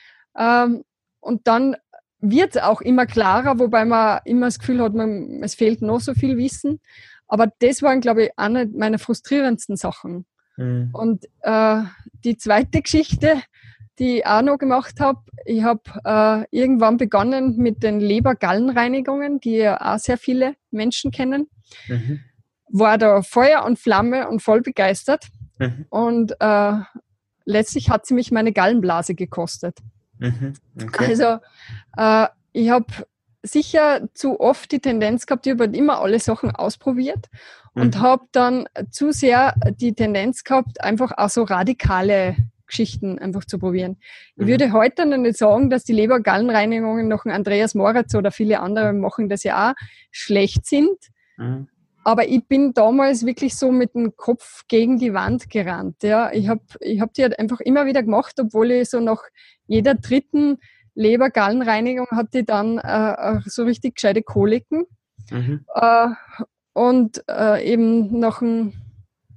Und dann wird auch immer klarer, wobei man immer das Gefühl hat, es fehlt noch so viel Wissen. Aber das waren, glaube ich, eine meiner frustrierendsten Sachen. Und die zweite Geschichte, die ich auch noch gemacht habe, ich habe irgendwann begonnen mit den Leber-Gallen-Reinigungen, die ja auch sehr viele Menschen kennen. War da Feuer und Flamme und voll begeistert. Und letztlich hat sie mich meine Gallenblase gekostet. Okay. Also ich habe sicher zu oft die Tendenz gehabt, ich habe halt immer alle Sachen ausprobiert und habe dann zu sehr die Tendenz gehabt, einfach auch so radikale Geschichten einfach zu probieren. Ich würde heute noch nicht sagen, dass die Leber-Gallen-Reinigungen nach Andreas Moritz oder viele andere machen das ja auch schlecht sind. Aber ich bin damals wirklich so mit dem Kopf gegen die Wand gerannt. Ja. Ich hab die halt einfach immer wieder gemacht, obwohl ich so nach jeder dritten Leber-Gallen-Reinigung hatte ich dann so richtig gescheite Koliken. Und eben nach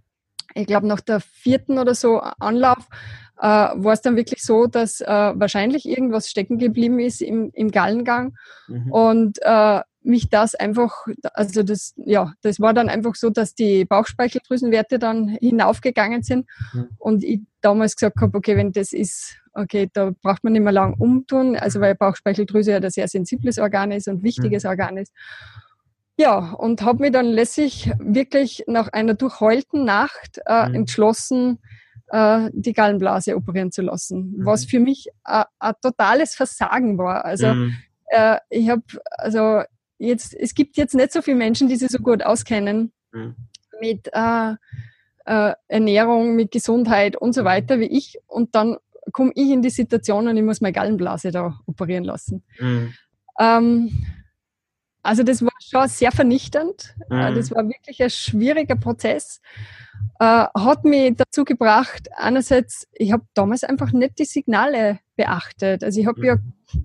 ich glaube, nach der 4. oder so Anlauf war es dann wirklich so, dass wahrscheinlich irgendwas stecken geblieben ist im Gallengang und mich das einfach, also das war dann einfach so, dass die Bauchspeicheldrüsenwerte dann hinaufgegangen sind und ich damals gesagt habe, okay, wenn das ist, okay, da braucht man nicht mehr lang umtun, also weil Bauchspeicheldrüse ja ein sehr sensibles Organ ist und wichtiges Organ ist. Ja, und habe mich dann letztlich wirklich nach einer durchheulten Nacht entschlossen, die Gallenblase operieren zu lassen, was für mich ein totales Versagen war. Also ich habe, also es gibt jetzt nicht so viele Menschen, die sich so gut auskennen mit Ernährung, mit Gesundheit und so weiter wie ich. Und dann komme ich in die Situation und ich muss meine Gallenblase da operieren lassen. Also das war schon sehr vernichtend. Das war wirklich ein schwieriger Prozess. Hat mich dazu gebracht, einerseits, ich habe damals einfach nicht die Signale beachtet. Also ich habe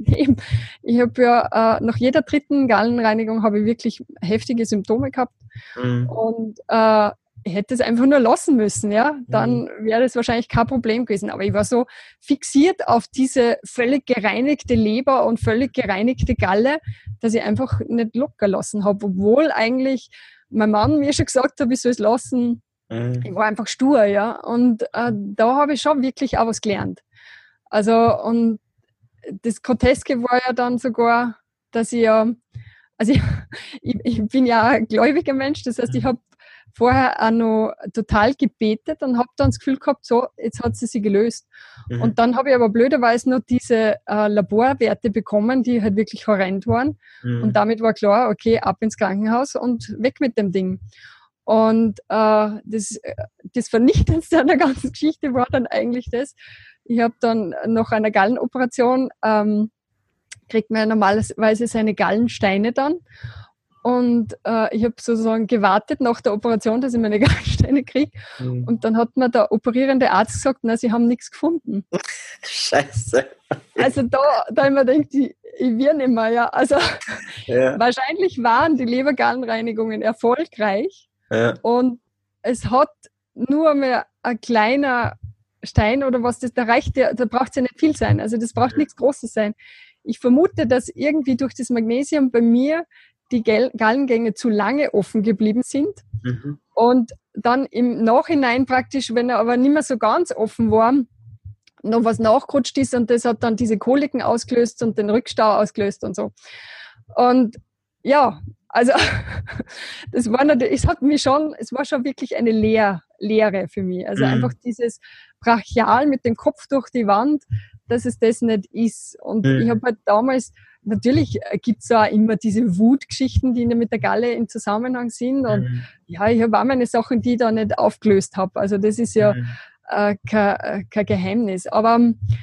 nach jeder 3. Gallenreinigung habe ich wirklich heftige Symptome gehabt. Und ich hätte es einfach nur lassen müssen, ja. Dann wäre das wahrscheinlich kein Problem gewesen. Aber ich war so fixiert auf diese völlig gereinigte Leber und völlig gereinigte Galle, dass ich einfach nicht locker lassen habe. Obwohl eigentlich mein Mann mir schon gesagt hat, ich soll es lassen. Ich war einfach stur, ja. Und da habe ich schon wirklich auch was gelernt. Also, und das Groteske war ja dann sogar, dass ich bin ja ein gläubiger Mensch, das heißt, ich habe vorher auch noch total gebetet und habe dann das Gefühl gehabt, so, jetzt hat sie gelöst. Und dann habe ich aber blöderweise noch diese Laborwerte bekommen, die halt wirklich horrend waren. Und damit war klar, okay, ab ins Krankenhaus und weg mit dem Ding. Und das Vernichtendste an der ganzen Geschichte war dann eigentlich das, ich habe dann nach einer Gallenoperation kriegt man ja normalerweise seine Gallensteine dann. Und ich habe sozusagen gewartet nach der Operation, dass ich meine Gallensteine kriege. Und dann hat mir der operierende Arzt gesagt, na, sie haben nichts gefunden. Scheiße. Also da ich mir denke, ich will nicht mehr, ja. Also wahrscheinlich waren die Lebergallenreinigungen erfolgreich. Ja. Und es hat nur mehr ein kleiner Stein oder was, da braucht es ja nicht viel sein. Also das braucht nichts Großes sein. Ich vermute, dass irgendwie durch das Magnesium bei mir die Gallengänge zu lange offen geblieben sind. Und dann im Nachhinein praktisch, wenn er aber nicht mehr so ganz offen war, noch was nachgerutscht ist und das hat dann diese Koliken ausgelöst und den Rückstau ausgelöst und so. Und ja, also das war natürlich, es war schon wirklich eine Lehre für mich. Also einfach dieses Brachial mit dem Kopf durch die Wand, dass es das nicht ist. Und ich habe halt damals, natürlich gibt's auch immer diese Wutgeschichten, die mit der Galle in Zusammenhang sind. Und ja, ich habe auch meine Sachen, die ich da nicht aufgelöst habe. Also das ist ja kein Geheimnis. Aber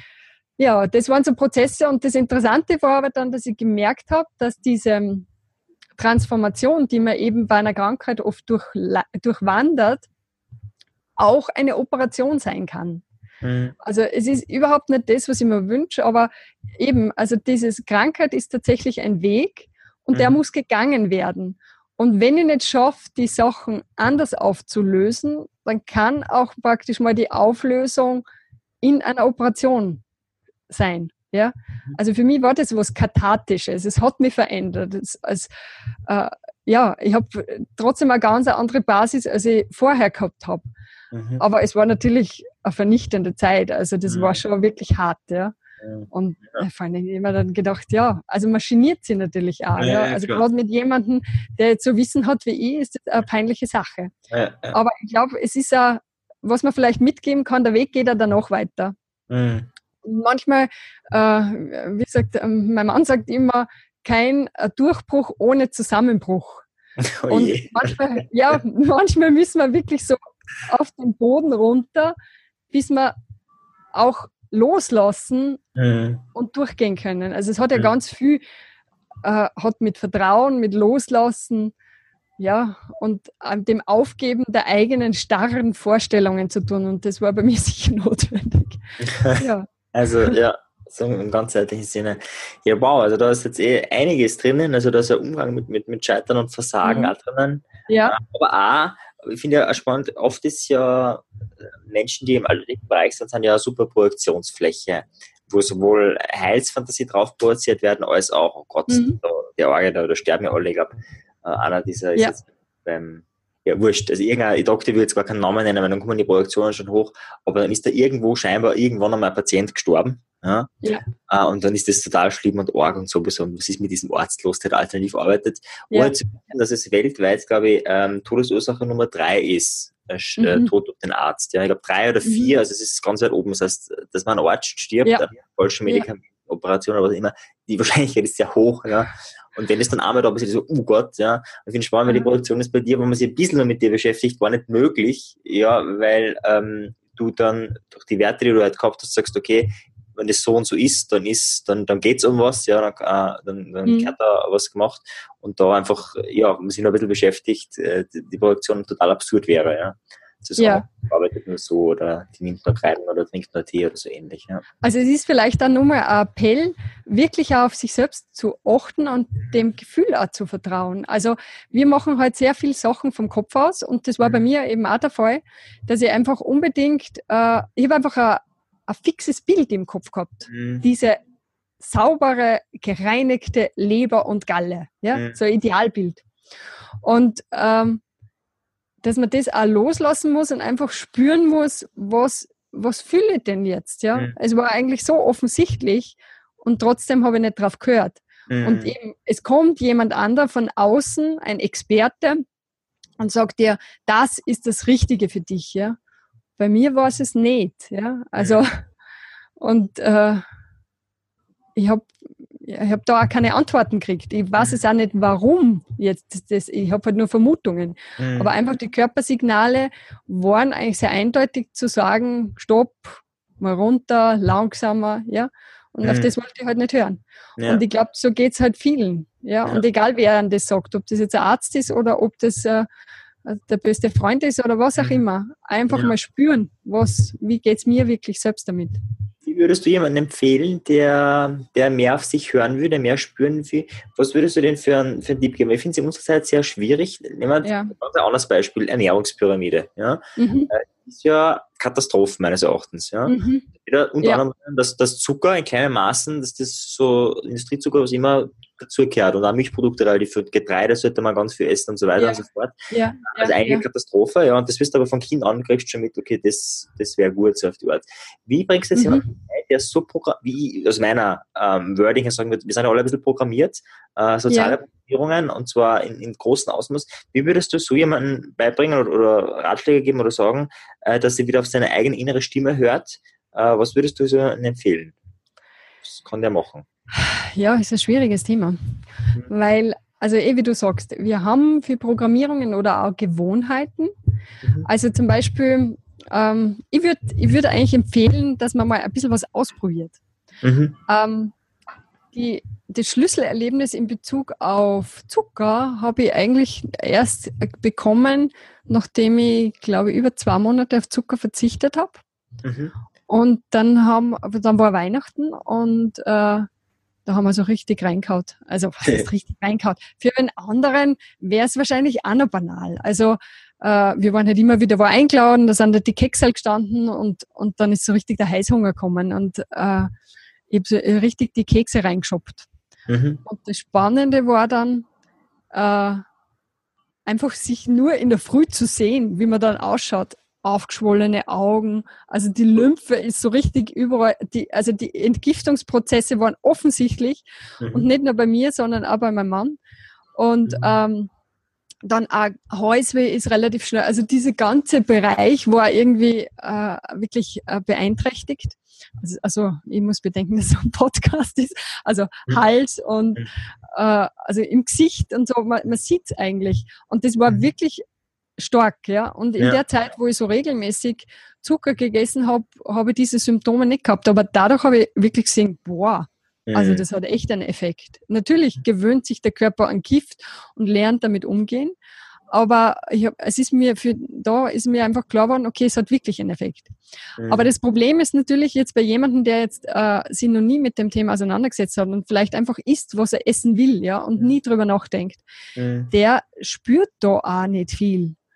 ja, das waren so Prozesse. Und das Interessante war aber dann, dass ich gemerkt habe, dass diese Transformation, die man eben bei einer Krankheit oft durchwandert, auch eine Operation sein kann. Also es ist überhaupt nicht das, was ich mir wünsche, aber eben, also diese Krankheit ist tatsächlich ein Weg und der muss gegangen werden. Und wenn ich nicht schaffe, die Sachen anders aufzulösen, dann kann auch praktisch mal die Auflösung in einer Operation sein. Ja? Also für mich war das was Kathartisches. Es hat mich verändert. Ich habe trotzdem eine ganz andere Basis, als ich vorher gehabt habe. Aber es war natürlich eine vernichtende Zeit. Also das war schon wirklich hart. Ja? Und vor allem habe ich mir dann gedacht, ja, also man geniert sich natürlich auch. Ja? Also gerade mit jemandem, der jetzt so Wissen hat wie ich, ist das eine peinliche Sache. Aber ich glaube, es ist auch, was man vielleicht mitgeben kann, der Weg geht ja danach weiter. Manchmal, wie gesagt, mein Mann sagt immer, kein Durchbruch ohne Zusammenbruch. Und manchmal müssen wir wirklich so auf den Boden runter, bis wir auch loslassen und durchgehen können. Also es hat ja ganz viel, hat mit Vertrauen, mit Loslassen, ja, und dem Aufgeben der eigenen starren Vorstellungen zu tun. Und das war bei mir sicher notwendig. Ja. Also ja, so im ganzheitlichen Sinne. Ja, wow, also da ist jetzt einiges drinnen. Also da ist ein Umgang mit Scheitern und Versagen auch drinnen. Ja. Aber auch ich finde ja spannend, oft ist ja Menschen, die im alltäglichen Bereich sind ja eine super Projektionsfläche, wo sowohl Heilsfantasie drauf projiziert werden, als auch, oh Gott, der Orgel, da sterben ja alle. Ich glaube, einer dieser ist jetzt beim, ja, wurscht. Also ich dachte, ich will jetzt gar keinen Namen nennen, weil dann kommen die Projektionen schon hoch, aber dann ist da irgendwo scheinbar irgendwann einmal ein Patient gestorben. Ja? Und dann ist das total schlimm und arg und sowieso. Und was ist mit diesem Arzt los, der alternativ arbeitet? Ohne zu wissen, dass es weltweit, glaube ich, Todesursache Nummer 3 ist. Tod durch den Arzt. Ja, ich glaube 3 oder 4, also es ist ganz weit oben. Das heißt, dass man ein Arzt stirbt, an falschen Medikamentoperation oder was immer, die Wahrscheinlichkeit ist sehr hoch. Ja. Und wenn es dann einmal da ist, so, oh Gott, ja, ich finde spannend, weil die Produktion ist bei dir, wenn man sich ein bisschen nur mit dir beschäftigt, gar nicht möglich, ja, weil du dann durch die Werte, die du halt gehabt hast, sagst, okay, wenn das so und so ist, dann geht's um was, ja, dann hat da was gemacht und da einfach, ja, man sich noch ein bisschen beschäftigt, die Produktion total absurd wäre, ja. Zu sagen, arbeitet nur so oder die nimmt nur Kreiden oder trinkt nur Tee oder so ähnlich, ja. Also es ist vielleicht dann nochmal ein Appell, wirklich auch auf sich selbst zu achten und dem Gefühl auch zu vertrauen. Also wir machen halt sehr viel Sachen vom Kopf aus und das war bei mir eben auch der Fall, dass ich einfach unbedingt, ich habe einfach ein fixes Bild im Kopf gehabt. Diese saubere, gereinigte Leber und Galle. Ja? So ein Idealbild. Und dass man das auch loslassen muss und einfach spüren muss, was fühle ich denn jetzt? Ja? Es war eigentlich so offensichtlich und trotzdem habe ich nicht drauf gehört. Und eben, es kommt jemand anderer von außen, ein Experte, und sagt dir, das ist das Richtige für dich. Ja? Bei mir war es nicht. Ja? Also, und ich hab da auch keine Antworten gekriegt. Ich weiß es auch nicht, warum jetzt. Ich habe halt nur Vermutungen. Aber einfach die Körpersignale waren eigentlich sehr eindeutig zu sagen, stopp, mal runter, langsamer, ja. Und auf das wollte ich halt nicht hören. Ja. Und ich glaube, so geht's halt vielen. Ja. Und egal, wer an das sagt, ob das jetzt ein Arzt ist oder ob das der beste Freund ist oder was auch immer. Einfach mal spüren, wie geht's mir wirklich selbst damit. Wie würdest du jemandem empfehlen, der mehr auf sich hören will, der mehr spüren will? Was würdest du denn für einen Tipp geben? Ich finde es in unserer Zeit sehr schwierig. Nehmen wir ein ganz anderes Beispiel, Ernährungspyramide. Ja? Ist ja Katastrophe meines Erachtens. Ja? Unter anderem, dass Zucker in kleinen Maßen, dass das so Industriezucker, was immer dazugehört und auch Milchprodukte relativ viel, Getreide sollte man ganz viel essen und so weiter und so fort. Also eigentlich eine Katastrophe, ja, und das wirst du aber von Kind an, kriegst schon mit, okay, das wäre gut, so auf die Art. Wie bringst du das jemanden bei, der so wie aus meiner Wording her sagen wird, wir sind ja alle ein bisschen programmiert, soziale Programmierungen, und zwar in großem Ausmaß. Wie würdest du so jemanden beibringen oder Ratschläge geben oder sagen, dass sie wieder auf seine eigene innere Stimme hört? Was würdest du so empfehlen? Was kann der machen? Ja, ist ein schwieriges Thema, weil, also wie du sagst, wir haben für Programmierungen oder auch Gewohnheiten, also zum Beispiel, ich würde eigentlich empfehlen, dass man mal ein bisschen was ausprobiert. Das Schlüsselerlebnis in Bezug auf Zucker habe ich eigentlich erst bekommen, nachdem ich, glaube ich, über 2 Monate auf Zucker verzichtet habe. Und dann war Weihnachten und da haben wir so richtig reingehaut. Also, was ist richtig reingehaut? Für einen anderen wäre es wahrscheinlich auch noch banal. Also, wir waren halt immer wieder wo eingeladen, da sind halt die Kekse halt gestanden und dann ist so richtig der Heißhunger gekommen und ich habe so richtig die Kekse reingeschoppt. Und das Spannende war dann, einfach sich nur in der Früh zu sehen, wie man dann ausschaut. Aufgeschwollene Augen, also die Lymphe ist so richtig überall, die Entgiftungsprozesse waren offensichtlich und nicht nur bei mir, sondern auch bei meinem Mann. Und dann auch Halsweh ist relativ schnell, also dieser ganze Bereich war irgendwie wirklich beeinträchtigt. Also ich muss bedenken, dass es ein Podcast ist, also Hals und also im Gesicht und so, man sieht es eigentlich. Und das war wirklich stark, ja. Und in der Zeit, wo ich so regelmäßig Zucker gegessen habe, habe ich diese Symptome nicht gehabt. Aber dadurch habe ich wirklich gesehen, boah, also das hat echt einen Effekt. Natürlich gewöhnt sich der Körper an Gift und lernt damit umgehen. Aber ist mir einfach klar geworden, okay, es hat wirklich einen Effekt. Aber das Problem ist natürlich jetzt bei jemandem, der jetzt sich noch nie mit dem Thema auseinandergesetzt hat und vielleicht einfach isst, was er essen will, ja, und nie drüber nachdenkt, der spürt da auch nicht viel.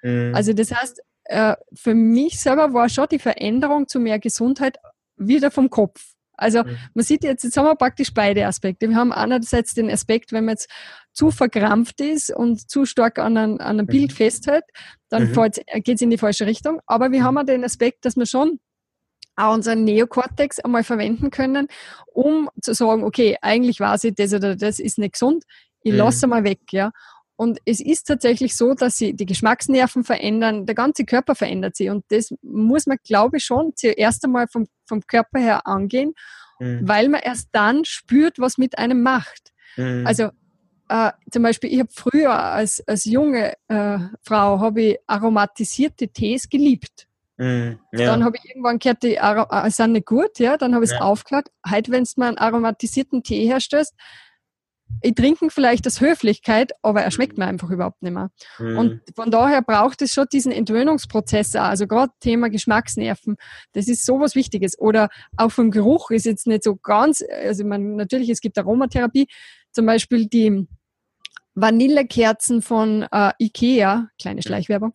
Also das heißt, für mich selber war schon die Veränderung zu mehr Gesundheit wieder vom Kopf. Also man sieht jetzt haben wir praktisch beide Aspekte. Wir haben einerseits den Aspekt, wenn man jetzt zu verkrampft ist und zu stark an einem Bild festhält, dann geht es in die falsche Richtung. Aber wir haben auch den Aspekt, dass wir schon auch unseren Neokortex einmal verwenden können, um zu sagen, okay, eigentlich weiß ich, das oder das ist nicht gesund, ich lasse mal weg, ja. Und es ist tatsächlich so, dass sie die Geschmacksnerven verändern, der ganze Körper verändert sich. Und das muss man, glaube ich, schon zuerst einmal vom Körper her angehen, weil man erst dann spürt, was mit einem macht. Also zum Beispiel, ich habe früher als junge Frau habe ich aromatisierte Tees geliebt. Dann habe ich irgendwann gehört, die sind nicht gut, ja, dann habe ich es aufgehört. Heute, wenn du mal einen aromatisierten Tee herstellst, ich trinke ihn vielleicht aus Höflichkeit, aber er schmeckt mir einfach überhaupt nicht mehr. Und von daher braucht es schon diesen Entwöhnungsprozess auch. Also gerade Thema Geschmacksnerven, das ist sowas Wichtiges. Oder auch vom Geruch ist jetzt nicht so ganz, also ich meine, natürlich, es gibt Aromatherapie, zum Beispiel die Vanillekerzen von Ikea, kleine Schleichwerbung,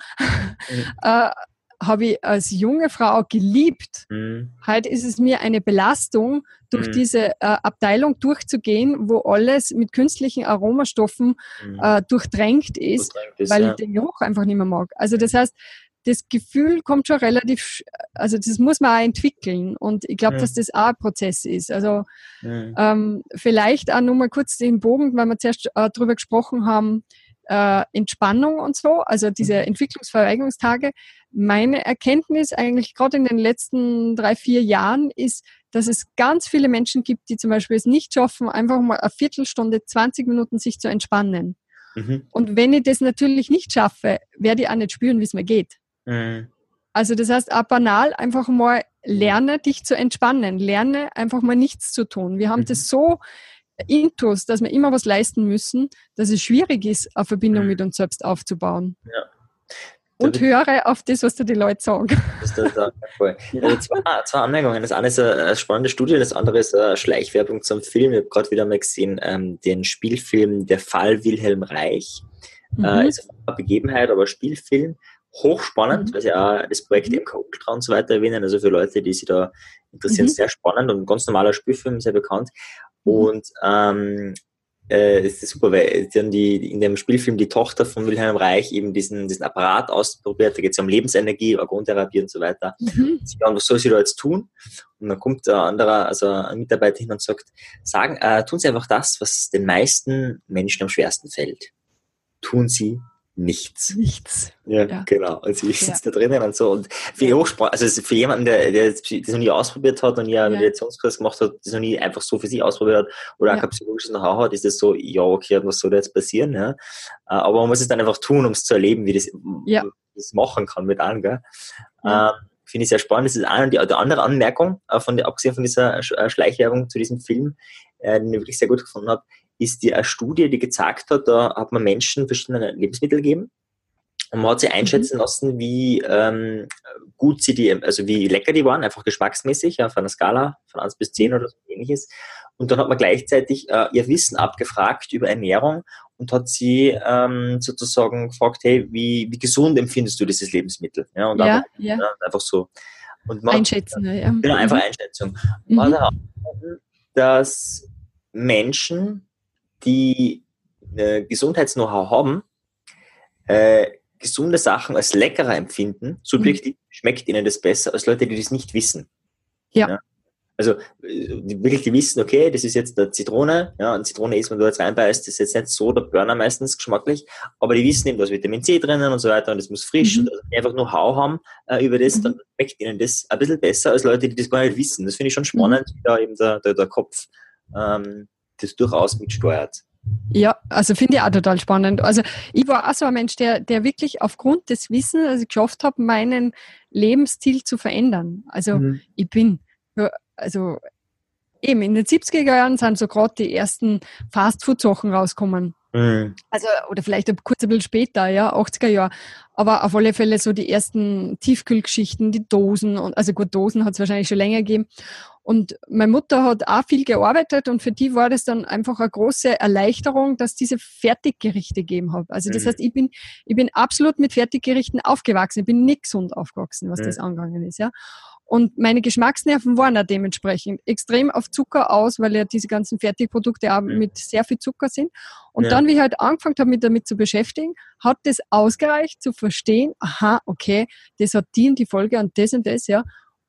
habe ich als junge Frau geliebt. Heute ist es mir eine Belastung, durch diese Abteilung durchzugehen, wo alles mit künstlichen Aromastoffen durchdrängt ist, weil ich den Geruch einfach nicht mehr mag. Also das heißt, das Gefühl kommt schon relativ, also das muss man auch entwickeln und ich glaube, dass das auch ein Prozess ist. Also vielleicht auch nur mal kurz den Bogen, weil wir zuerst darüber gesprochen haben, Entspannung und so, also diese Entwicklungsverweigerungstage. Meine Erkenntnis eigentlich gerade in den letzten 3-4 Jahren ist, dass es ganz viele Menschen gibt, die zum Beispiel es nicht schaffen, einfach mal eine Viertelstunde, 20 Minuten sich zu entspannen. Und wenn ich das natürlich nicht schaffe, werde ich auch nicht spüren, wie es mir geht. Also das heißt, auch banal einfach mal lerne, dich zu entspannen. Lerne einfach mal nichts zu tun. Wir haben das so intus, dass wir immer was leisten müssen, dass es schwierig ist, eine Verbindung mit uns selbst aufzubauen. Ja. Und höre auf das, was dir die Leute sagen. Das ist voll. Also zwei Anmerkungen. Das eine ist eine spannende Studie, das andere ist eine Schleichwerbung zum Film. Ich habe gerade wieder mal gesehen, den Spielfilm Der Fall Wilhelm Reich. Ist eine Begebenheit, aber Spielfilm. Hochspannend, weil sie auch das Projekt MK Ultra und so weiter erwähnen. Also für Leute, die sich da interessieren, sehr spannend und ein ganz normaler Spielfilm, sehr bekannt. Und es ist super, weil dann in dem Spielfilm die Tochter von Wilhelm Reich eben diesen Apparat ausprobiert, da geht es ja um Lebensenergie, Organtherapie und so weiter. Sie sagen, was soll sie da jetzt tun? Und dann kommt ein Mitarbeiter hin und sagt, tun Sie einfach das, was den meisten Menschen am schwersten fällt. Tun Sie nichts. Ja, genau. Und sie sitzt da drinnen und so. Und für jemanden, der das noch nie ausprobiert hat und nie einen Meditationskurs gemacht hat, das noch nie einfach so für sich ausprobiert hat oder auch kein psychologisches Know-how hat, ist das so, ja, okay, was soll da jetzt passieren? Ja? Aber man muss es dann einfach tun, um es zu erleben, wie das machen kann mit einem. Gell? Finde ich sehr spannend. Das ist eine und die andere Anmerkung, abgesehen von dieser Schleichwerbung zu diesem Film, den ich wirklich sehr gut gefunden habe, ist eine Studie, die gezeigt hat, da hat man Menschen verschiedene Lebensmittel gegeben und man hat sie einschätzen lassen, wie gut also wie lecker die waren, einfach geschmacksmäßig, auf einer Skala von 1 bis 10 oder so ähnliches. Und dann hat man gleichzeitig ihr Wissen abgefragt über Ernährung und hat sie sozusagen gefragt, hey, wie gesund empfindest du dieses Lebensmittel? Ja, und einfach so. Und Einschätzen, ja. Genau, einfach Einschätzung. Man hat herausgefunden, dass Menschen, die Gesundheits-Know-how haben, gesunde Sachen als leckerer empfinden, subjektiv schmeckt ihnen das besser als Leute, die das nicht wissen. Ja. Also die wissen, okay, das ist jetzt eine Zitrone, ja, und Zitrone ist, wenn du jetzt reinbeißt, das ist jetzt nicht so der Burner meistens geschmacklich, aber die wissen eben, da ist Vitamin C drinnen und so weiter und das muss frisch und also die einfach Know-how haben über das, dann schmeckt ihnen das ein bisschen besser als Leute, die das gar nicht wissen. Das finde ich schon spannend, wie da eben der Kopf das durchaus mitsteuert. Ja, also finde ich auch total spannend. Also ich war auch so ein Mensch, der wirklich aufgrund des Wissens, also geschafft habe, meinen Lebensstil zu verändern. Also ich bin, also eben in den 70er Jahren sind so gerade die ersten Fastfood-Sachen rausgekommen. Also, oder vielleicht kurz ein bisschen später, ja, 80er Jahre. Aber auf alle Fälle so die ersten Tiefkühlgeschichten, die Dosen, und also gut, Dosen hat es wahrscheinlich schon länger gegeben. Und meine Mutter hat auch viel gearbeitet und für die war das dann einfach eine große Erleichterung, dass diese Fertiggerichte gegeben habe. Also das heißt, ich bin absolut mit Fertiggerichten aufgewachsen. Ich bin nicht gesund aufgewachsen, was das angegangen ist, ja. Und meine Geschmacksnerven waren auch dementsprechend extrem auf Zucker aus, weil ja diese ganzen Fertigprodukte auch mit sehr viel Zucker sind. Und dann, wie ich halt angefangen habe, mich damit zu beschäftigen, hat das ausgereicht zu verstehen, aha, okay, das hat die und die Folge und das, ja.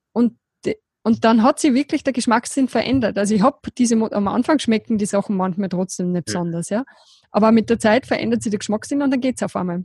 Und dann hat sich wirklich der Geschmackssinn verändert. Also ich habe am Anfang schmecken die Sachen manchmal trotzdem nicht besonders, ja. Aber mit der Zeit verändert sich der Geschmackssinn und dann geht's auf einmal.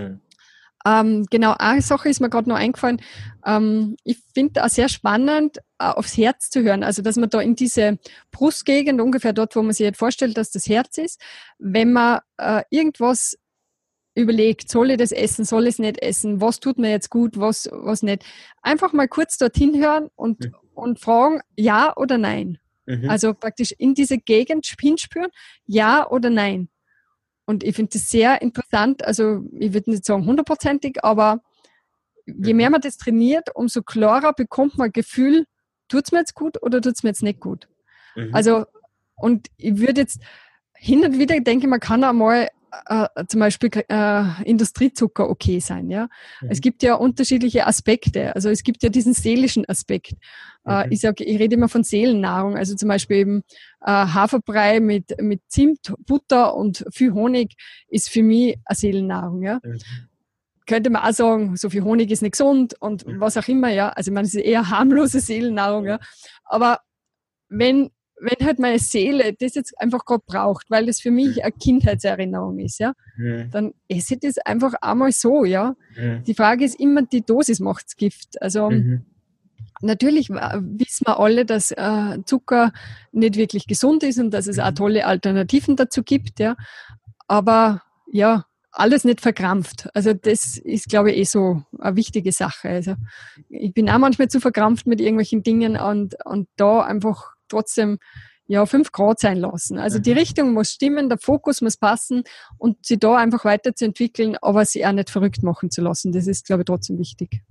Genau, eine Sache ist mir gerade noch eingefallen. Ich finde auch sehr spannend, aufs Herz zu hören. Also, dass man da in diese Brustgegend, ungefähr dort, wo man sich jetzt vorstellt, dass das Herz ist, wenn man irgendwas überlegt, soll ich das essen, soll ich es nicht essen, was tut mir jetzt gut, was nicht. Einfach mal kurz dorthin hören und fragen, ja oder nein. Also praktisch in diese Gegend hinspüren, ja oder nein. Und ich finde das sehr interessant, also ich würde nicht sagen 100%ig, aber je mehr man das trainiert, umso klarer bekommt man ein Gefühl, tut's mir jetzt gut oder tut's mir jetzt nicht gut. Also, und ich würde jetzt hin und wieder denke, man kann auch mal zum Beispiel Industriezucker okay sein, ja. Es gibt ja unterschiedliche Aspekte. Also es gibt ja diesen seelischen Aspekt. Ich rede immer von Seelennahrung. Also zum Beispiel eben Haferbrei mit Zimt, Butter und viel Honig ist für mich eine Seelennahrung, ja. Könnte man auch sagen, so viel Honig ist nicht gesund und was auch immer, ja. Also ich meine, es ist eher harmlose Seelennahrung, ja. Aber wenn halt meine Seele das jetzt einfach gerade braucht, weil das für mich eine Kindheitserinnerung ist, ja, dann esse ich das einfach einmal so, ja. Die Frage ist immer, die Dosis macht's Gift. Also natürlich wissen wir alle, dass Zucker nicht wirklich gesund ist und dass es auch tolle Alternativen dazu gibt, ja. Aber ja, alles nicht verkrampft. Also das ist, glaube ich, so eine wichtige Sache. Also ich bin auch manchmal zu verkrampft mit irgendwelchen Dingen und da einfach trotzdem 5 Grad sein lassen. Also die Richtung muss stimmen, der Fokus muss passen und sie da einfach weiterzuentwickeln, aber sie auch nicht verrückt machen zu lassen. Das ist, glaube ich, trotzdem wichtig.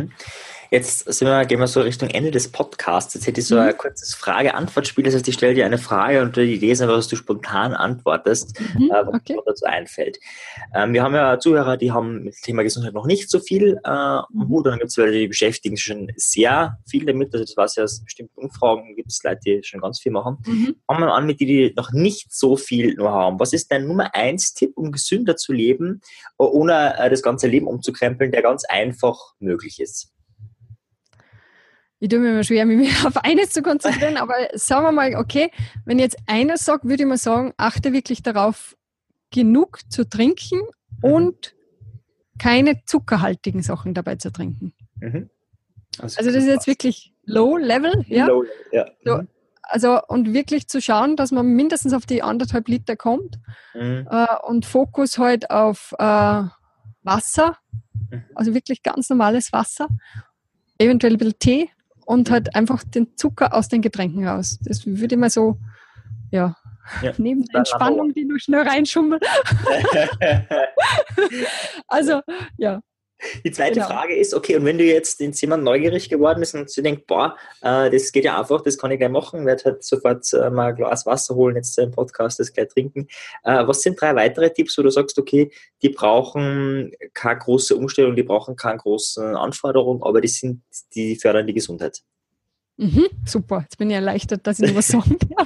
Jetzt gehen wir so Richtung Ende des Podcasts. Jetzt hätte ich so ein kurzes Frage-Antwort-Spiel. Das heißt, ich stelle dir eine Frage und die Idee ist einfach, dass du spontan antwortest, was dir dazu einfällt. Wir haben ja Zuhörer, die haben mit dem Thema Gesundheit noch nicht so viel am Hut. Und dann gibt es Leute, die beschäftigen sich schon sehr viel damit. Also das weiß ja aus bestimmten Umfragen, gibt es Leute, die schon ganz viel machen. Fangen wir an mit denen, die noch nicht so viel noch haben. Was ist dein Nummer 1 Tipp, um gesünder zu leben, ohne das ganze Leben umzukrempeln, der ganz einfach möglich ist? Ich tue mir immer schwer, mich auf eines zu konzentrieren, aber sagen wir mal, okay, wenn ich jetzt eines sage, würde ich mal sagen, achte wirklich darauf, genug zu trinken und keine zuckerhaltigen Sachen dabei zu trinken. Also das ist jetzt wirklich Low Level, ja. Low Level, ja. So, also und wirklich zu schauen, dass man mindestens auf die 1,5 Liter kommt und Fokus halt auf Wasser, also wirklich ganz normales Wasser, eventuell ein bisschen Tee und halt einfach den Zucker aus den Getränken raus. Das würde ich mal so, neben der Entspannung, die noch schnell reinschummeln. Also, ja. Die zweite Frage ist, okay, und wenn du jetzt jemand neugierig geworden ist und sie denkt, das geht ja einfach, das kann ich gleich machen, werde halt sofort mal ein Glas Wasser holen, jetzt im Podcast das gleich trinken. Was sind 3 weitere Tipps, wo du sagst, okay, die brauchen keine große Umstellung, die brauchen keine großen Anforderungen, aber die fördern die Gesundheit? Super, jetzt bin ich erleichtert, dass ich noch was sagen darf.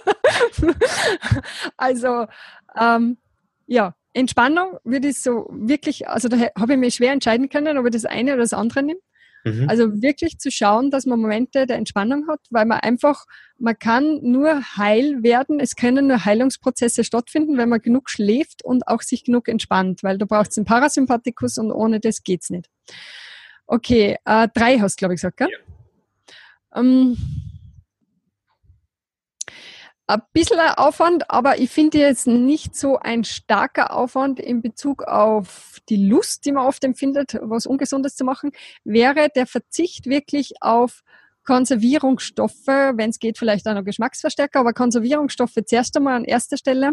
Also, Entspannung würde ich so wirklich, also da habe ich mich schwer entscheiden können, ob ich das eine oder das andere nehme. Also wirklich zu schauen, dass man Momente der Entspannung hat, weil man kann nur heil werden, es können nur Heilungsprozesse stattfinden, wenn man genug schläft und auch sich genug entspannt, weil du brauchst den Parasympathikus und ohne das geht's nicht. Okay, 3 hast du, glaube ich, gesagt, gell? Ja. Ein bisschen Aufwand, aber ich finde jetzt nicht so ein starker Aufwand in Bezug auf die Lust, die man oft empfindet, was Ungesundes zu machen, wäre der Verzicht wirklich auf Konservierungsstoffe, wenn es geht, vielleicht auch noch Geschmacksverstärker, aber Konservierungsstoffe zuerst einmal an erster Stelle.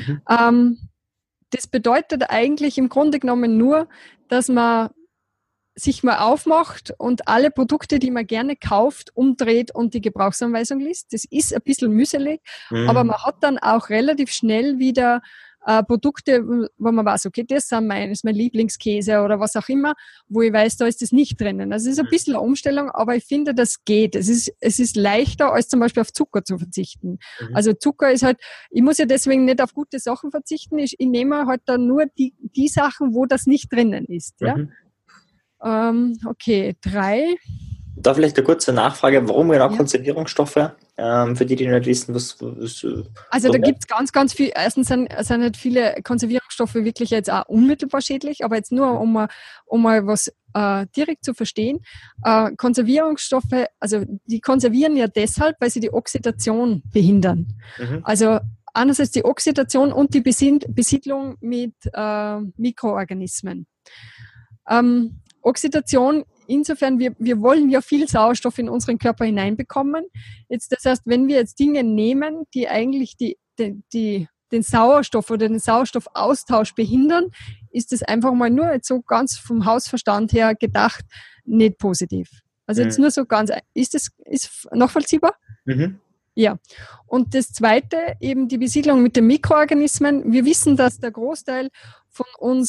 Das bedeutet eigentlich im Grunde genommen nur, dass man sich mal aufmacht und alle Produkte, die man gerne kauft, umdreht und die Gebrauchsanweisung liest. Das ist ein bisschen mühselig, aber man hat dann auch relativ schnell wieder Produkte, wo man weiß, okay, das ist mein Lieblingskäse oder was auch immer, wo ich weiß, da ist das nicht drinnen. Also es ist ein bisschen eine Umstellung, aber ich finde, das geht. Es ist leichter, als zum Beispiel auf Zucker zu verzichten. Also Zucker ist halt, ich muss ja deswegen nicht auf gute Sachen verzichten. Ich nehme halt dann nur die Sachen, wo das nicht drinnen ist. Ja? Okay, 3. Da vielleicht eine kurze Nachfrage, warum genau Konservierungsstoffe? Für die nicht wissen, was also da gibt es ganz viel. Erstens sind nicht viele Konservierungsstoffe wirklich jetzt auch unmittelbar schädlich, aber jetzt nur, um mal was direkt zu verstehen. Konservierungsstoffe, also die konservieren ja deshalb, weil sie die Oxidation behindern. Also einerseits die Oxidation und die Besiedlung mit Mikroorganismen. Oxidation, insofern, wir wollen ja viel Sauerstoff in unseren Körper hineinbekommen. Jetzt, das heißt, wenn wir jetzt Dinge nehmen, die eigentlich den Sauerstoff oder den Sauerstoffaustausch behindern, ist das einfach mal nur jetzt so ganz vom Hausverstand her gedacht nicht positiv. Also jetzt nur so ganz, ist nachvollziehbar? Ja. Und das Zweite, eben die Besiedlung mit den Mikroorganismen. Wir wissen, dass der Großteil von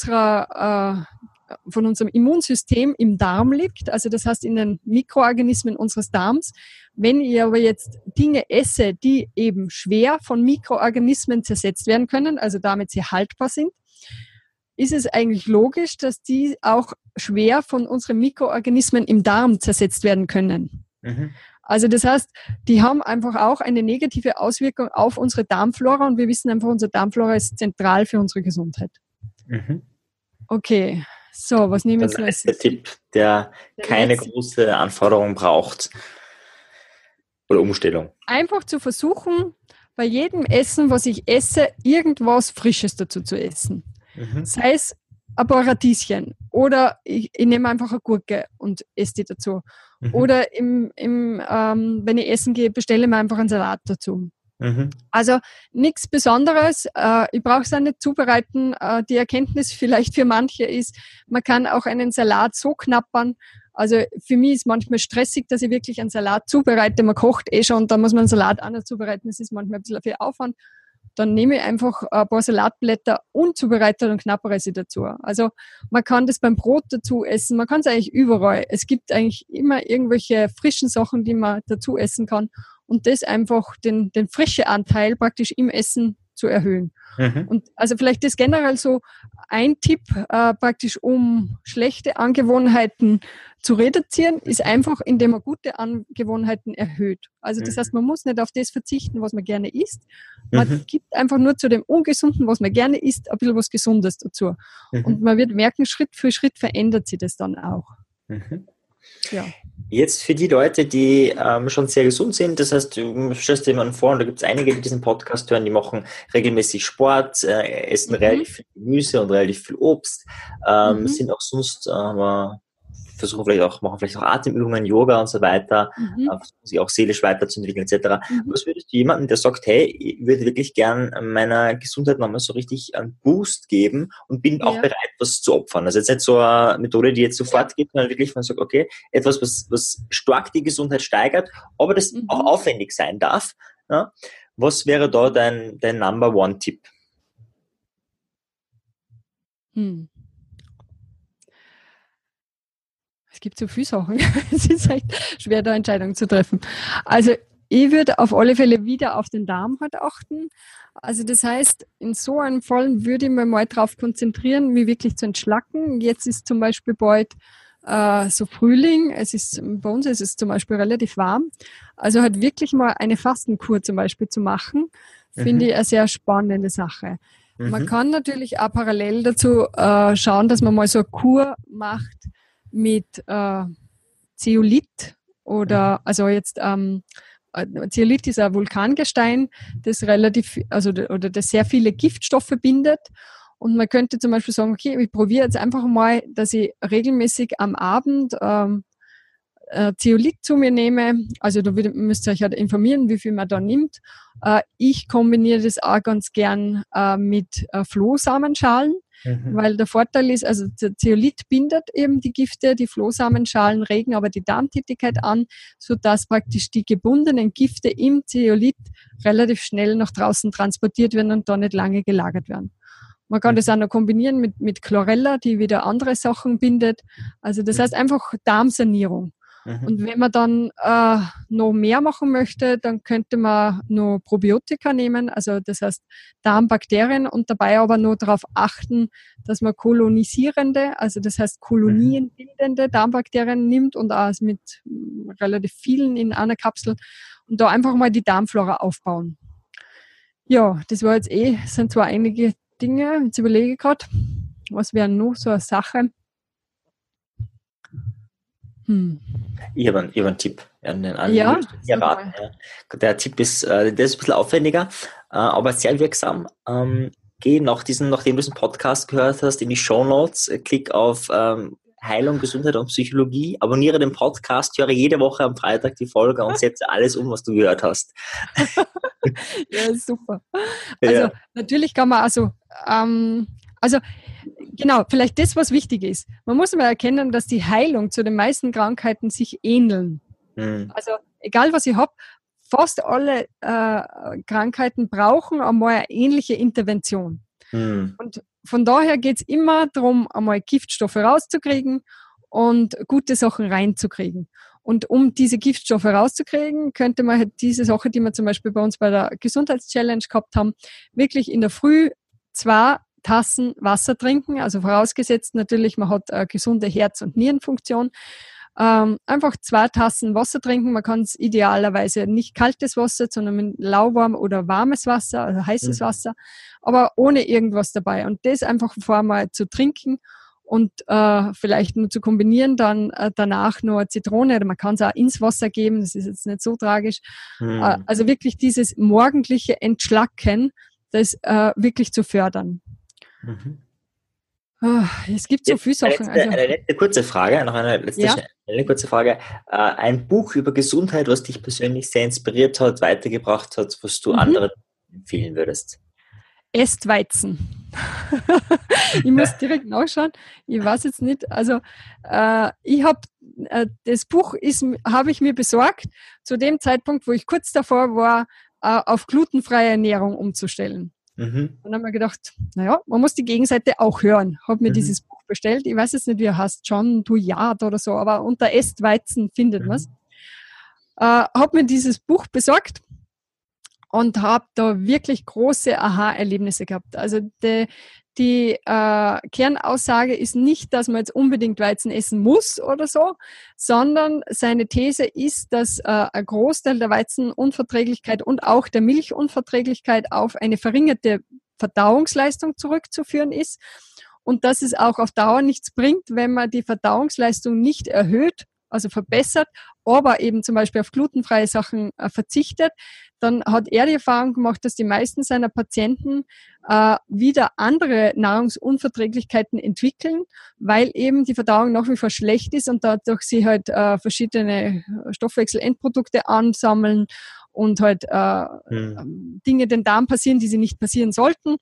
unserem Immunsystem im Darm liegt, also das heißt in den Mikroorganismen unseres Darms. Wenn ich aber jetzt Dinge esse, die eben schwer von Mikroorganismen zersetzt werden können, also damit sie haltbar sind, ist es eigentlich logisch, dass die auch schwer von unseren Mikroorganismen im Darm zersetzt werden können. Also das heißt, die haben einfach auch eine negative Auswirkung auf unsere Darmflora und wir wissen einfach, unsere Darmflora ist zentral für unsere Gesundheit. Okay. So, was nehmen wir jetzt? Der letzte Tipp, der keine große Anforderung braucht oder Umstellung. Einfach zu versuchen, bei jedem Essen, was ich esse, irgendwas Frisches dazu zu essen. Sei es ein paar Radieschen oder ich nehme einfach eine Gurke und esse die dazu. Oder wenn ich essen gehe, bestelle mir einfach einen Salat dazu. Also nichts Besonderes. Ich brauche es auch nicht zubereiten. Die Erkenntnis vielleicht für manche ist, man kann auch einen Salat so knappern. Also für mich ist manchmal stressig, dass ich wirklich einen Salat zubereite. Man kocht schon und dann muss man einen Salat auch noch zubereiten. Das ist manchmal ein bisschen viel Aufwand. Dann nehme ich einfach ein paar Salatblätter unzubereitet und knappere sie dazu. Also man kann das beim Brot dazu essen. Man kann es eigentlich überall. Es gibt eigentlich immer irgendwelche frischen Sachen, die man dazu essen kann. Und das einfach den frische Anteil praktisch im Essen zu erhöhen. Und also vielleicht ist generell so ein Tipp praktisch, um schlechte Angewohnheiten zu reduzieren, ist einfach, indem man gute Angewohnheiten erhöht. Also das heißt, man muss nicht auf das verzichten, was man gerne isst. Man gibt einfach nur zu dem Ungesunden, was man gerne isst, ein bisschen was Gesundes dazu. Und man wird merken, Schritt für Schritt verändert sich das dann auch. Ja. Jetzt für die Leute, die schon sehr gesund sind, das heißt, du stellst dir jemanden vor, und da gibt es einige, die diesen Podcast hören, die machen regelmäßig Sport, essen relativ viel Gemüse und relativ viel Obst, sind auch sonst, machen vielleicht auch Atemübungen, Yoga und so weiter, versuchen sich auch seelisch weiterzuentwickeln etc. Was würdest du jemandem, der sagt, hey, ich würde wirklich gern meiner Gesundheit nochmal so richtig einen Boost geben und bin auch bereit, was zu opfern? Also jetzt nicht so eine Methode, die jetzt sofort gibt, sondern wirklich, man sagt, okay, etwas, was stark die Gesundheit steigert, aber das auch aufwendig sein darf. Ja? Was wäre da dein Number-One-Tipp? Es gibt so viele Sachen. Es ist echt schwer, da Entscheidungen zu treffen. Also ich würde auf alle Fälle wieder auf den Darm halt achten. Also das heißt, in so einem Fall würde ich mich mal darauf konzentrieren, mich wirklich zu entschlacken. Jetzt ist zum Beispiel bald so Frühling. Bei uns ist es zum Beispiel relativ warm. Also halt wirklich mal eine Fastenkur zum Beispiel zu machen, finde ich eine sehr spannende Sache. Man kann natürlich auch parallel dazu schauen, dass man mal so eine Kur macht mit Zeolit oder also jetzt Zeolit ist ein Vulkangestein, das das sehr viele Giftstoffe bindet. Und man könnte zum Beispiel sagen, okay, ich probiere jetzt einfach mal, dass ich regelmäßig am Abend Zeolit zu mir nehme. Also da müsst ihr euch halt informieren, wie viel man da nimmt. Ich kombiniere das auch ganz gern mit Flohsamenschalen. weil der Vorteil ist, also der Zeolit bindet eben die Gifte, die Flohsamenschalen regen aber die Darmtätigkeit an, sodass praktisch die gebundenen Gifte im Zeolit relativ schnell nach draußen transportiert werden und da nicht lange gelagert werden. Man kann das auch noch kombinieren mit Chlorella, die wieder andere Sachen bindet. Also das heißt einfach Darmsanierung. Und wenn man dann noch mehr machen möchte, dann könnte man noch Probiotika nehmen, also das heißt Darmbakterien und dabei aber nur darauf achten, dass man kolonisierende, also das heißt kolonienbildende Darmbakterien nimmt und auch mit relativ vielen in einer Kapsel und da einfach mal die Darmflora aufbauen. Ja, das war jetzt sind zwar einige Dinge, jetzt überlege ich gerade, was wäre noch so eine Sache? Ich habe einen Tipp. Ja. Der Tipp ist, der ist ein bisschen aufwendiger, aber sehr wirksam. Geh nachdem du diesen Podcast gehört hast, in die Shownotes, klick auf Heilung, Gesundheit und Psychologie, abonniere den Podcast, höre jede Woche am Freitag die Folge und setze alles um, was du gehört hast. Ja, super. Also natürlich kann man genau, vielleicht das, was wichtig ist. Man muss mal erkennen, dass die Heilung zu den meisten Krankheiten sich ähneln. Also egal, was ich habe, fast alle Krankheiten brauchen einmal eine ähnliche Intervention. Und von daher geht es immer darum, einmal Giftstoffe rauszukriegen und gute Sachen reinzukriegen. Und um diese Giftstoffe rauszukriegen, könnte man halt diese Sache, die wir zum Beispiel bei uns bei der Gesundheitschallenge gehabt haben, wirklich in der Früh 2 Tassen Wasser trinken, also vorausgesetzt natürlich, man hat eine gesunde Herz- und Nierenfunktion. Einfach 2 Tassen Wasser trinken. Man kann es idealerweise nicht kaltes Wasser, sondern mit lauwarm oder warmes Wasser, also heißes Wasser, aber ohne irgendwas dabei. Und das einfach vorher mal zu trinken und vielleicht nur zu kombinieren, dann danach nur eine Zitrone oder man kann es auch ins Wasser geben, das ist jetzt nicht so tragisch. Also wirklich dieses morgendliche Entschlacken, das wirklich zu fördern. Es gibt so viele Sachen. Eine letzte kurze Frage, noch eine kurze Frage. Ein Buch über Gesundheit, was dich persönlich sehr inspiriert hat, weitergebracht hat, was du anderen empfehlen würdest? Esst Weizen. Ich muss direkt nachschauen. Ich weiß jetzt nicht. Also ich habe das Buch habe ich mir besorgt zu dem Zeitpunkt, wo ich kurz davor war, auf glutenfreie Ernährung umzustellen. Und dann haben wir gedacht, naja, man muss die Gegenseite auch hören. Habe mir dieses Buch bestellt. Ich weiß jetzt nicht, wie er heißt, John Douillard oder so, aber unter Esst Weizen findet man es. Habe mir dieses Buch besorgt und habe da wirklich große Aha-Erlebnisse gehabt. Also die Kernaussage ist nicht, dass man jetzt unbedingt Weizen essen muss oder so, sondern seine These ist, dass ein Großteil der Weizenunverträglichkeit und auch der Milchunverträglichkeit auf eine verringerte Verdauungsleistung zurückzuführen ist und dass es auch auf Dauer nichts bringt, wenn man die Verdauungsleistung nicht erhöht, also verbessert, aber eben zum Beispiel auf glutenfreie Sachen verzichtet, dann hat er die Erfahrung gemacht, dass die meisten seiner Patienten wieder andere Nahrungsunverträglichkeiten entwickeln, weil eben die Verdauung nach wie vor schlecht ist und dadurch sie halt verschiedene Stoffwechselendprodukte ansammeln und halt Dinge den Darm passieren, die sie nicht passieren sollten.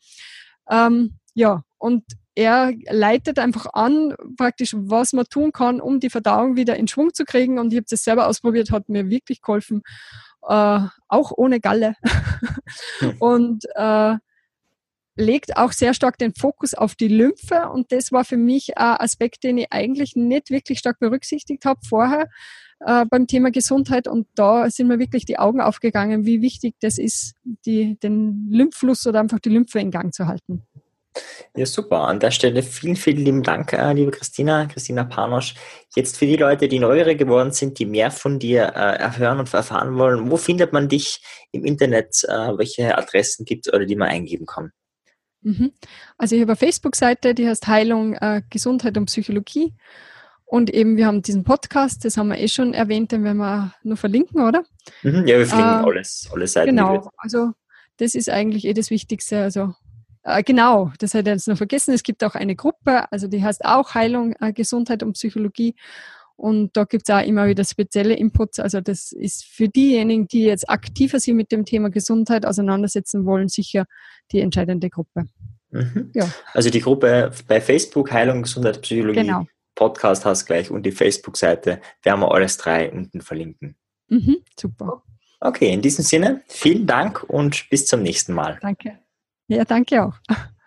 Und er leitet einfach an, praktisch, was man tun kann, um die Verdauung wieder in Schwung zu kriegen. Und ich habe das selber ausprobiert, hat mir wirklich geholfen, auch ohne Galle. Und legt auch sehr stark den Fokus auf die Lymphe. Und das war für mich ein Aspekt, den ich eigentlich nicht wirklich stark berücksichtigt habe vorher beim Thema Gesundheit. Und da sind mir wirklich die Augen aufgegangen, wie wichtig das ist, den Lymphfluss oder einfach die Lymphe in Gang zu halten. Ja, super. An der Stelle vielen, vielen lieben Dank, liebe Christina Panosch. Jetzt für die Leute, die neugierig geworden sind, die mehr von dir erhören und erfahren wollen, wo findet man dich im Internet? Welche Adressen gibt es oder die man eingeben kann? Also ich habe eine Facebook-Seite, die heißt Heilung, Gesundheit und Psychologie. Und eben, wir haben diesen Podcast, das haben wir schon erwähnt, den werden wir nur verlinken, oder? Ja, wir verlinken alle Seiten. Genau, also das ist eigentlich das Wichtigste. Also genau, das hätte ich jetzt noch vergessen. Es gibt auch eine Gruppe, also die heißt auch Heilung, Gesundheit und Psychologie. Und da gibt es auch immer wieder spezielle Inputs. Also das ist für diejenigen, die jetzt aktiver sich mit dem Thema Gesundheit auseinandersetzen wollen, sicher die entscheidende Gruppe. Ja. Also die Gruppe bei Facebook Heilung, Gesundheit, Psychologie, Genau. Podcast hast gleich und die Facebook-Seite werden wir alles 3 unten verlinken. Super. Okay, in diesem Sinne, vielen Dank und bis zum nächsten Mal. Danke. Ja, danke auch.